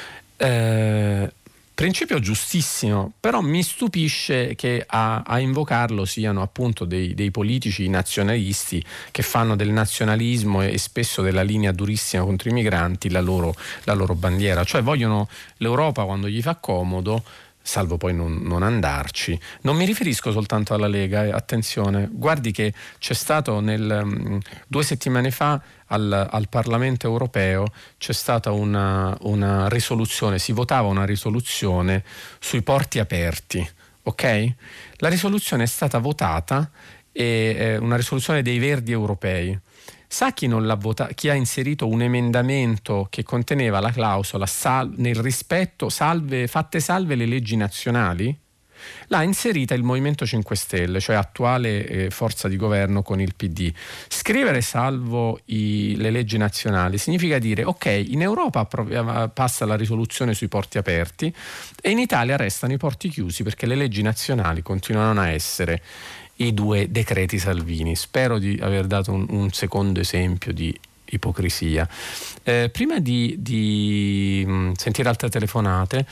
Principio giustissimo, però mi stupisce che a invocarlo siano appunto dei politici nazionalisti che fanno del nazionalismo e spesso della linea durissima contro i migranti la loro bandiera, cioè vogliono l'Europa quando gli fa comodo, salvo poi non andarci. Non mi riferisco soltanto alla Lega, attenzione, guardi che c'è stato 2 settimane fa al Parlamento europeo c'è stata una risoluzione, si votava una risoluzione sui porti aperti, ok? La risoluzione è stata votata, è una risoluzione dei Verdi europei. Sa chi non l'ha votata? Chi ha inserito un emendamento che conteneva la clausola nel rispetto, fatte salve le leggi nazionali? L'ha inserita il Movimento 5 Stelle, cioè attuale forza di governo con il PD. Scrivere salvo le leggi nazionali significa dire ok, in Europa passa la risoluzione sui porti aperti e in Italia restano i porti chiusi perché le leggi nazionali continuano a essere i 2 decreti Salvini. Spero di aver dato un secondo esempio di ipocrisia. Prima di sentire altre telefonate,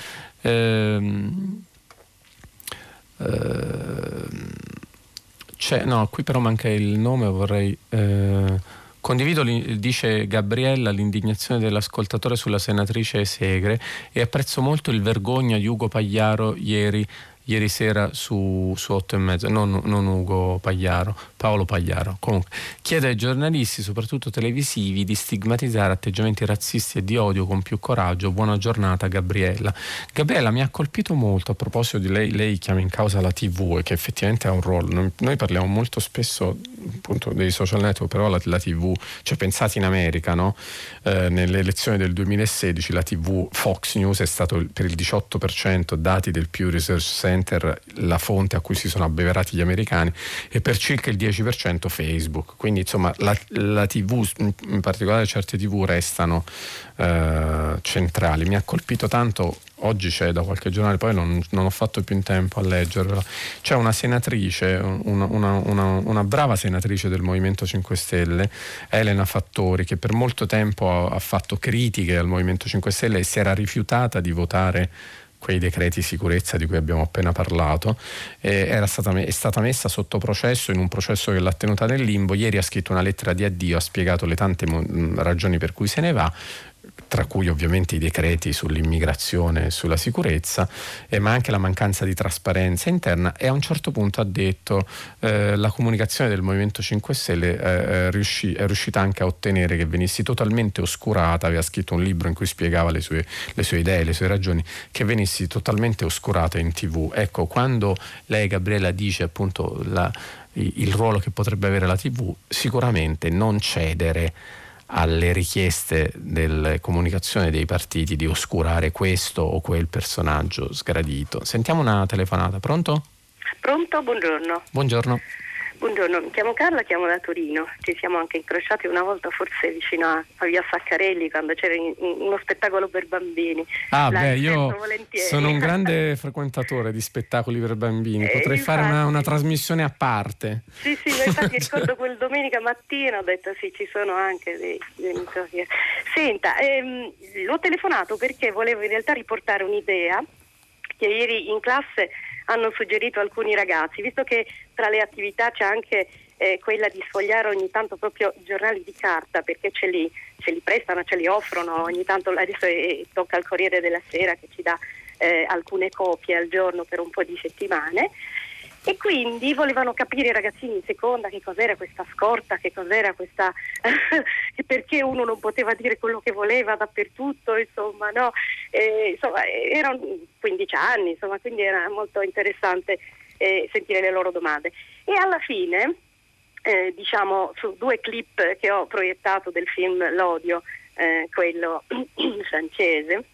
qui però manca il nome, vorrei condivido, dice Gabriella, l'indignazione dell'ascoltatore sulla senatrice Segre e apprezzo molto il vergogna di Ugo Pagliaro ieri sera su 8:30, non Ugo Pagliaro, Paolo Pagliaro. Comunque chiede ai giornalisti, soprattutto televisivi, di stigmatizzare atteggiamenti razzisti e di odio con più coraggio. Buona giornata, Gabriella. Gabriella, mi ha colpito molto a proposito di lei chiama in causa la TV e che effettivamente ha un ruolo. Noi parliamo molto spesso appunto dei social network, però la TV, cioè pensate in America, no? Nelle elezioni del 2016 la TV Fox News è stato per il 18%, dati del Pew Research Center, la fonte a cui si sono abbeverati gli americani, e per circa il 10% Facebook. Quindi insomma la TV, in particolare certe TV, restano centrali. Mi ha colpito tanto, oggi c'è da qualche giornale, poi non ho fatto più in tempo a leggerla, c'è una senatrice, una brava senatrice del Movimento 5 Stelle, Elena Fattori, che per molto tempo ha fatto critiche al Movimento 5 Stelle e si era rifiutata di votare quei decreti sicurezza di cui abbiamo appena parlato, è stata messa sotto processo, in un processo che l'ha tenuta nel limbo. Ieri ha scritto una lettera di addio, ha spiegato le tante ragioni per cui se ne va, tra cui ovviamente i decreti sull'immigrazione e sulla sicurezza, ma anche la mancanza di trasparenza interna, e a un certo punto ha detto la comunicazione del Movimento 5 Stelle è riuscita anche a ottenere che venissi totalmente oscurata, aveva scritto un libro in cui spiegava le sue idee, le sue ragioni, che venissi totalmente oscurata in TV. Ecco, quando lei, Gabriella, dice appunto il ruolo che potrebbe avere la TV, sicuramente non cedere alle richieste delle comunicazioni dei partiti di oscurare questo o quel personaggio sgradito. Sentiamo una telefonata. Pronto? Pronto, buongiorno. Buongiorno. Buongiorno, mi chiamo Carla, chiamo da Torino. Ci siamo anche incrociati una volta forse vicino a via Saccarelli, quando c'era uno spettacolo per bambini. Io sono un grande frequentatore di spettacoli per bambini, potrei fare una trasmissione a parte. Sì, infatti ricordo quel domenica mattina ho detto sì, ci sono anche dei genitori. Senta, l'ho telefonato perché volevo in realtà riportare un'idea che ieri in classe hanno suggerito alcuni ragazzi, visto che tra le attività c'è anche quella di sfogliare ogni tanto proprio giornali di carta, perché ce li prestano, ce li offrono ogni tanto. Adesso tocca al Corriere della Sera che ci dà alcune copie al giorno per un po' di settimane, e quindi volevano capire i ragazzini in seconda che cos'era questa scorta, che cos'era questa perché uno non poteva dire quello che voleva dappertutto, insomma, no? Insomma, erano 15 anni, insomma, quindi era molto interessante sentire le loro domande. E alla fine, diciamo, su 2 clip che ho proiettato del film L'Odio, quello francese,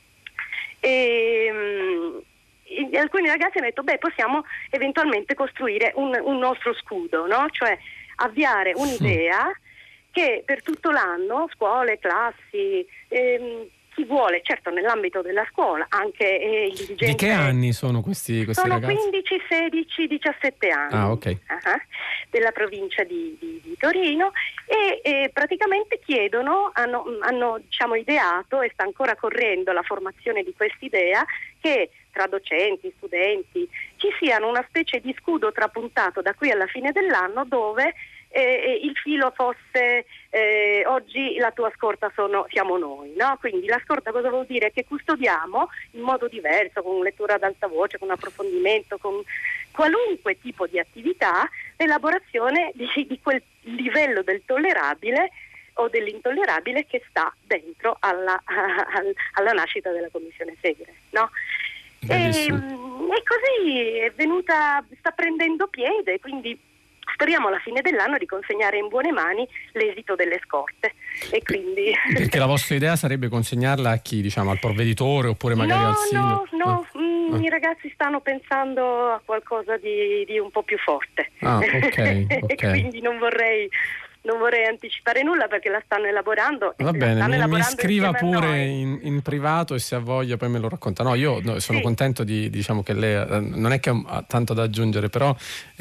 alcuni ragazzi hanno detto possiamo eventualmente costruire un nostro scudo, no? Cioè avviare un'idea che per tutto l'anno, scuole, classi, chi vuole, certo nell'ambito della scuola, anche il dirigente. Di che anni sono questi sono ragazzi? 15, 16, 17 anni. Ok. Della provincia di Torino, e praticamente hanno diciamo ideato, e sta ancora correndo la formazione di quest'idea, che tra docenti, studenti ci siano una specie di scudo trapuntato da qui alla fine dell'anno, dove il filo fosse oggi la tua scorta siamo noi, no? Quindi la scorta cosa vuol dire? Che custodiamo in modo diverso, con lettura ad alta voce, con approfondimento, con qualunque tipo di attività, l'elaborazione di quel livello del tollerabile o dell'intollerabile che sta dentro alla nascita della Commissione Segre, no? E così è venuta, sta prendendo piede, quindi speriamo alla fine dell'anno di consegnare in buone mani l'esito delle scorte. E quindi perché la vostra idea sarebbe consegnarla a chi? Diciamo al provveditore oppure magari al sindaco? No. I ragazzi stanno pensando a qualcosa di un po' più forte. Ok. E quindi non vorrei anticipare nulla, perché la stanno elaborando. Va bene, mi scriva pure in privato, e se ha voglia poi me lo racconta. Io sono contento diciamo che lei non è che ha tanto da aggiungere, però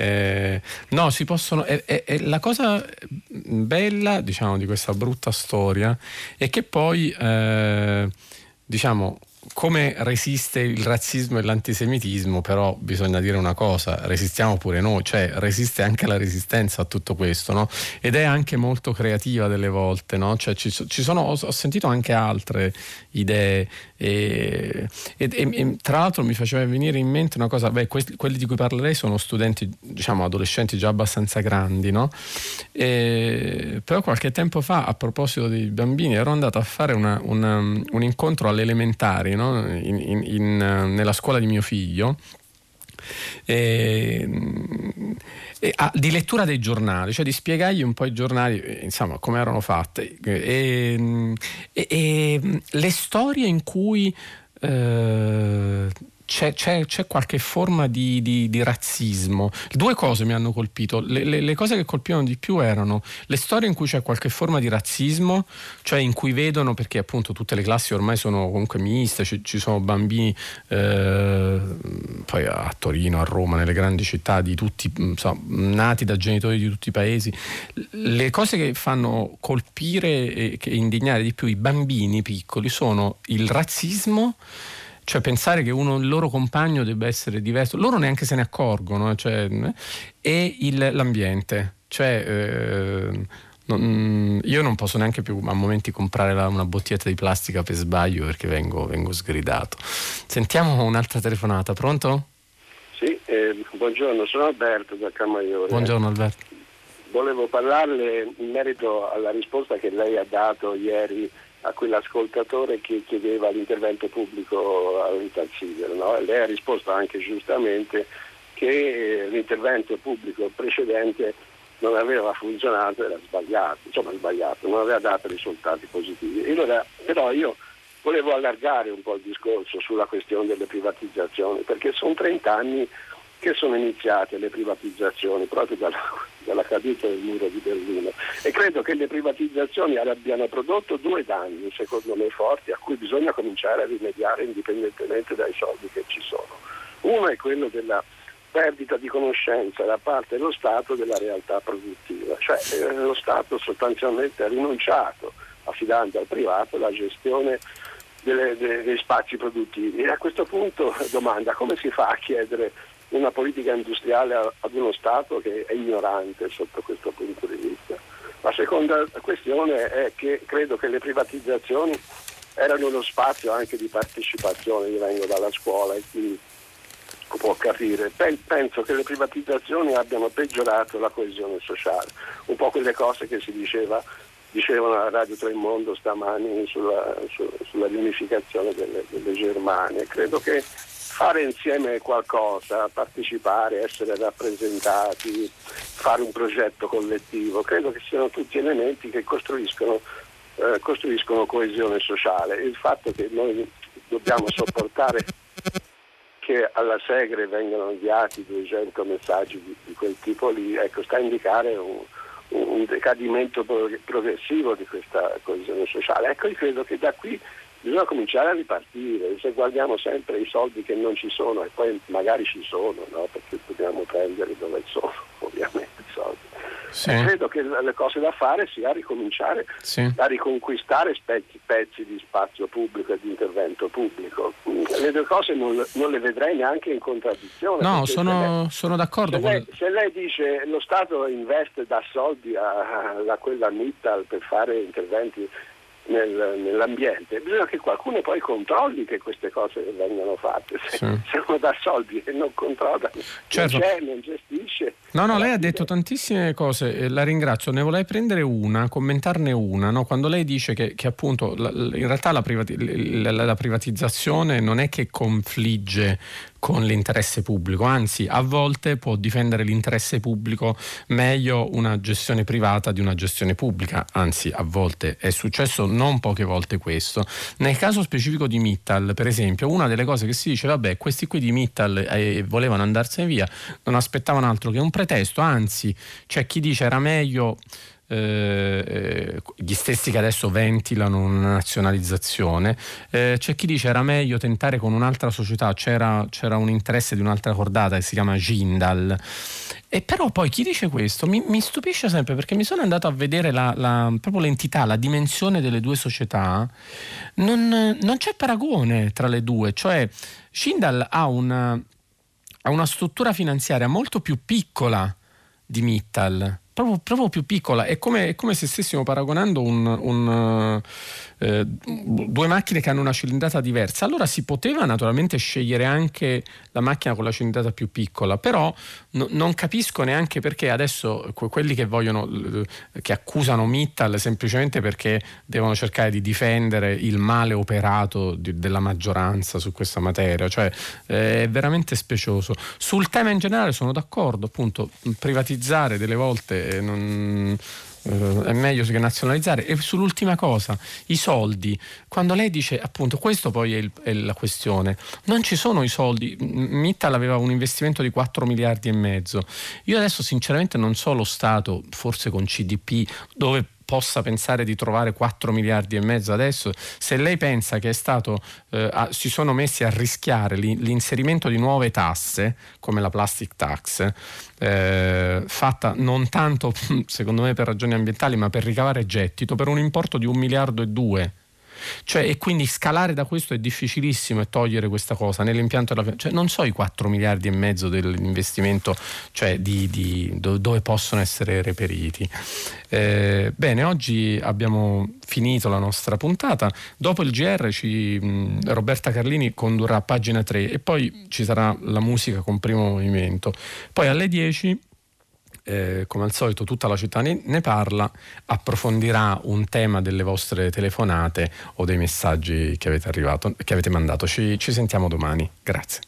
si possono. La cosa bella, diciamo, di questa brutta storia è che poi diciamo, come resiste il razzismo e l'antisemitismo, però bisogna dire una cosa: resistiamo pure noi, cioè resiste anche la resistenza a tutto questo, no? Ed è anche molto creativa delle volte, no? Cioè ci sono, ho sentito anche altre idee, e tra l'altro mi faceva venire in mente una cosa, quelli di cui parlerei sono studenti, diciamo adolescenti già abbastanza grandi, no? Però qualche tempo fa, a proposito dei bambini, ero andato a fare un incontro alle elementari, no? Nella scuola di mio figlio, di lettura dei giornali, cioè di spiegargli un po' i giornali, insomma, come erano fatte, e le storie in cui c'è qualche forma di razzismo. 2 cose mi hanno colpito. Le cose che colpivano di più erano le storie in cui c'è qualche forma di razzismo, cioè in cui vedono, perché appunto tutte le classi ormai sono comunque miste, ci sono bambini poi a Torino, a Roma, nelle grandi città di tutti, nati da genitori di tutti i paesi. Le cose che fanno colpire e che indignare di più i bambini piccoli sono il razzismo, cioè pensare che il loro compagno debba essere diverso, loro neanche se ne accorgono, e l'ambiente, cioè io non posso neanche più a momenti comprare una bottiglietta di plastica per sbaglio, perché vengo sgridato. Sentiamo un'altra telefonata. Pronto? Sì, buongiorno, sono Alberto da Camaiore. Buongiorno Alberto. Volevo parlarle in merito alla risposta che lei ha dato ieri a quell'ascoltatore che chiedeva l'intervento pubblico all'Ital Sider, no? Lei ha risposto anche giustamente che l'intervento pubblico precedente non aveva funzionato, era sbagliato, non aveva dato risultati positivi. Però io volevo allargare un po' il discorso sulla questione delle privatizzazioni, perché sono 30 anni che sono iniziate le privatizzazioni proprio dalla caduta del muro di Berlino, e credo che le privatizzazioni abbiano prodotto due danni, secondo me forti, a cui bisogna cominciare a rimediare indipendentemente dai soldi che ci sono. Uno è quello della perdita di conoscenza da parte dello Stato della realtà produttiva, cioè lo Stato sostanzialmente ha rinunciato, affidando al privato la gestione dei spazi produttivi, e a questo punto domanda: come si fa a chiedere una politica industriale ad uno Stato che è ignorante sotto questo punto di vista? La seconda questione è che credo che le privatizzazioni erano uno spazio anche di partecipazione. Io vengo dalla scuola e quindi può capire. Penso che le privatizzazioni abbiano peggiorato la coesione sociale, un po' quelle cose che si dicevano a Radio Tremondo stamani sulla riunificazione delle Germanie. Credo che fare insieme qualcosa, partecipare, essere rappresentati, fare un progetto collettivo, credo che siano tutti elementi che costruiscono coesione sociale. Il fatto che noi dobbiamo sopportare che alla Segre vengano inviati 200 messaggi di quel tipo lì, ecco, sta a indicare un decadimento progressivo di questa coesione sociale. Ecco, io credo che da qui bisogna cominciare a ripartire. Se guardiamo sempre i soldi che non ci sono, e poi magari ci sono, no? Perché dobbiamo prendere dove sono ovviamente i soldi. Sì. Credo che le cose da fare sia ricominciare a riconquistare pezzi di spazio pubblico e di intervento pubblico. Le due cose non le vedrei neanche in contraddizione. No, sono d'accordo. Se lei dice lo Stato investe, dà soldi a quella Mittal per fare interventi nell'ambiente, bisogna che qualcuno poi controlli che queste cose vengano fatte. Se uno dà soldi e non controlla, certo, non gestisce. No, lei ha detto tantissime cose, la ringrazio. Ne vorrei prendere una, commentarne una, no? Quando lei dice che appunto in realtà la privatizzazione non è che confligge con l'interesse pubblico, anzi a volte può difendere l'interesse pubblico meglio una gestione privata di una gestione pubblica, anzi a volte è successo non poche volte questo. Nel caso specifico di Mittal, per esempio, una delle cose che si dice, vabbè, questi qui di Mittal volevano andarsene via, non aspettavano altro che un pretesto, anzi c'è chi dice era meglio, gli stessi che adesso ventilano una nazionalizzazione, c'è chi dice era meglio tentare con un'altra società, c'era un interesse di un'altra cordata che si chiama Jindal, e però poi chi dice questo mi stupisce sempre, perché mi sono andato a vedere proprio l'entità, la dimensione delle due società, non c'è paragone tra le due, cioè Jindal ha una struttura finanziaria molto più piccola di Mittal, proprio più piccola. È come se stessimo paragonando due macchine che hanno una cilindrata diversa. Allora si poteva naturalmente scegliere anche la macchina con la cilindrata più piccola, però non capisco neanche perché adesso quelli che che accusano Mittal semplicemente perché devono cercare di difendere il male operato della maggioranza su questa materia, cioè è veramente specioso. Sul tema in generale sono d'accordo, appunto, privatizzare delle volte è meglio che nazionalizzare. E sull'ultima cosa, i soldi, quando lei dice appunto questo poi è la questione, non ci sono i soldi. Mittal aveva un investimento di 4 miliardi e mezzo. Io adesso sinceramente non so lo Stato, forse con CDP, dove possa pensare di trovare 4 miliardi e mezzo adesso. Se lei pensa che è stato si sono messi a rischiare l'inserimento di nuove tasse come la plastic tax, fatta non tanto secondo me per ragioni ambientali ma per ricavare gettito, per un importo di 1,2 miliardi, cioè, e quindi scalare da questo è difficilissimo, e togliere questa cosa nell'impianto cioè non so i 4 miliardi e mezzo dell'investimento, cioè dove possono essere reperiti. Bene, oggi abbiamo finito la nostra puntata. Dopo il GR Roberta Carlini condurrà a Pagina 3 e poi ci sarà la musica con Primo Movimento. Poi alle 10 come al solito Tutta la città ne parla, approfondirà un tema delle vostre telefonate o dei messaggi che avete mandato. Ci sentiamo domani. Grazie.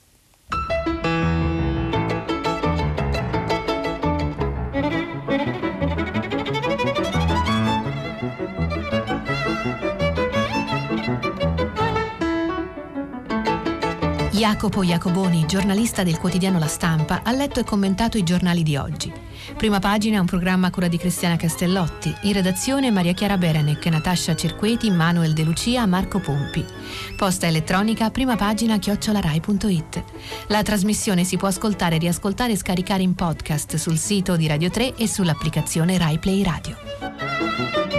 Jacopo Iacoboni, giornalista del quotidiano La Stampa, ha letto e commentato i giornali di oggi. Prima Pagina è un programma a cura di Cristiana Castellotti, in redazione Maria Chiara Berenec, Natascia Cerqueti, Manuel De Lucia, Marco Pompi. Posta elettronica primapagina@rai.it. La trasmissione si può ascoltare, riascoltare e scaricare in podcast sul sito di Radio 3 e sull'applicazione Rai Play Radio.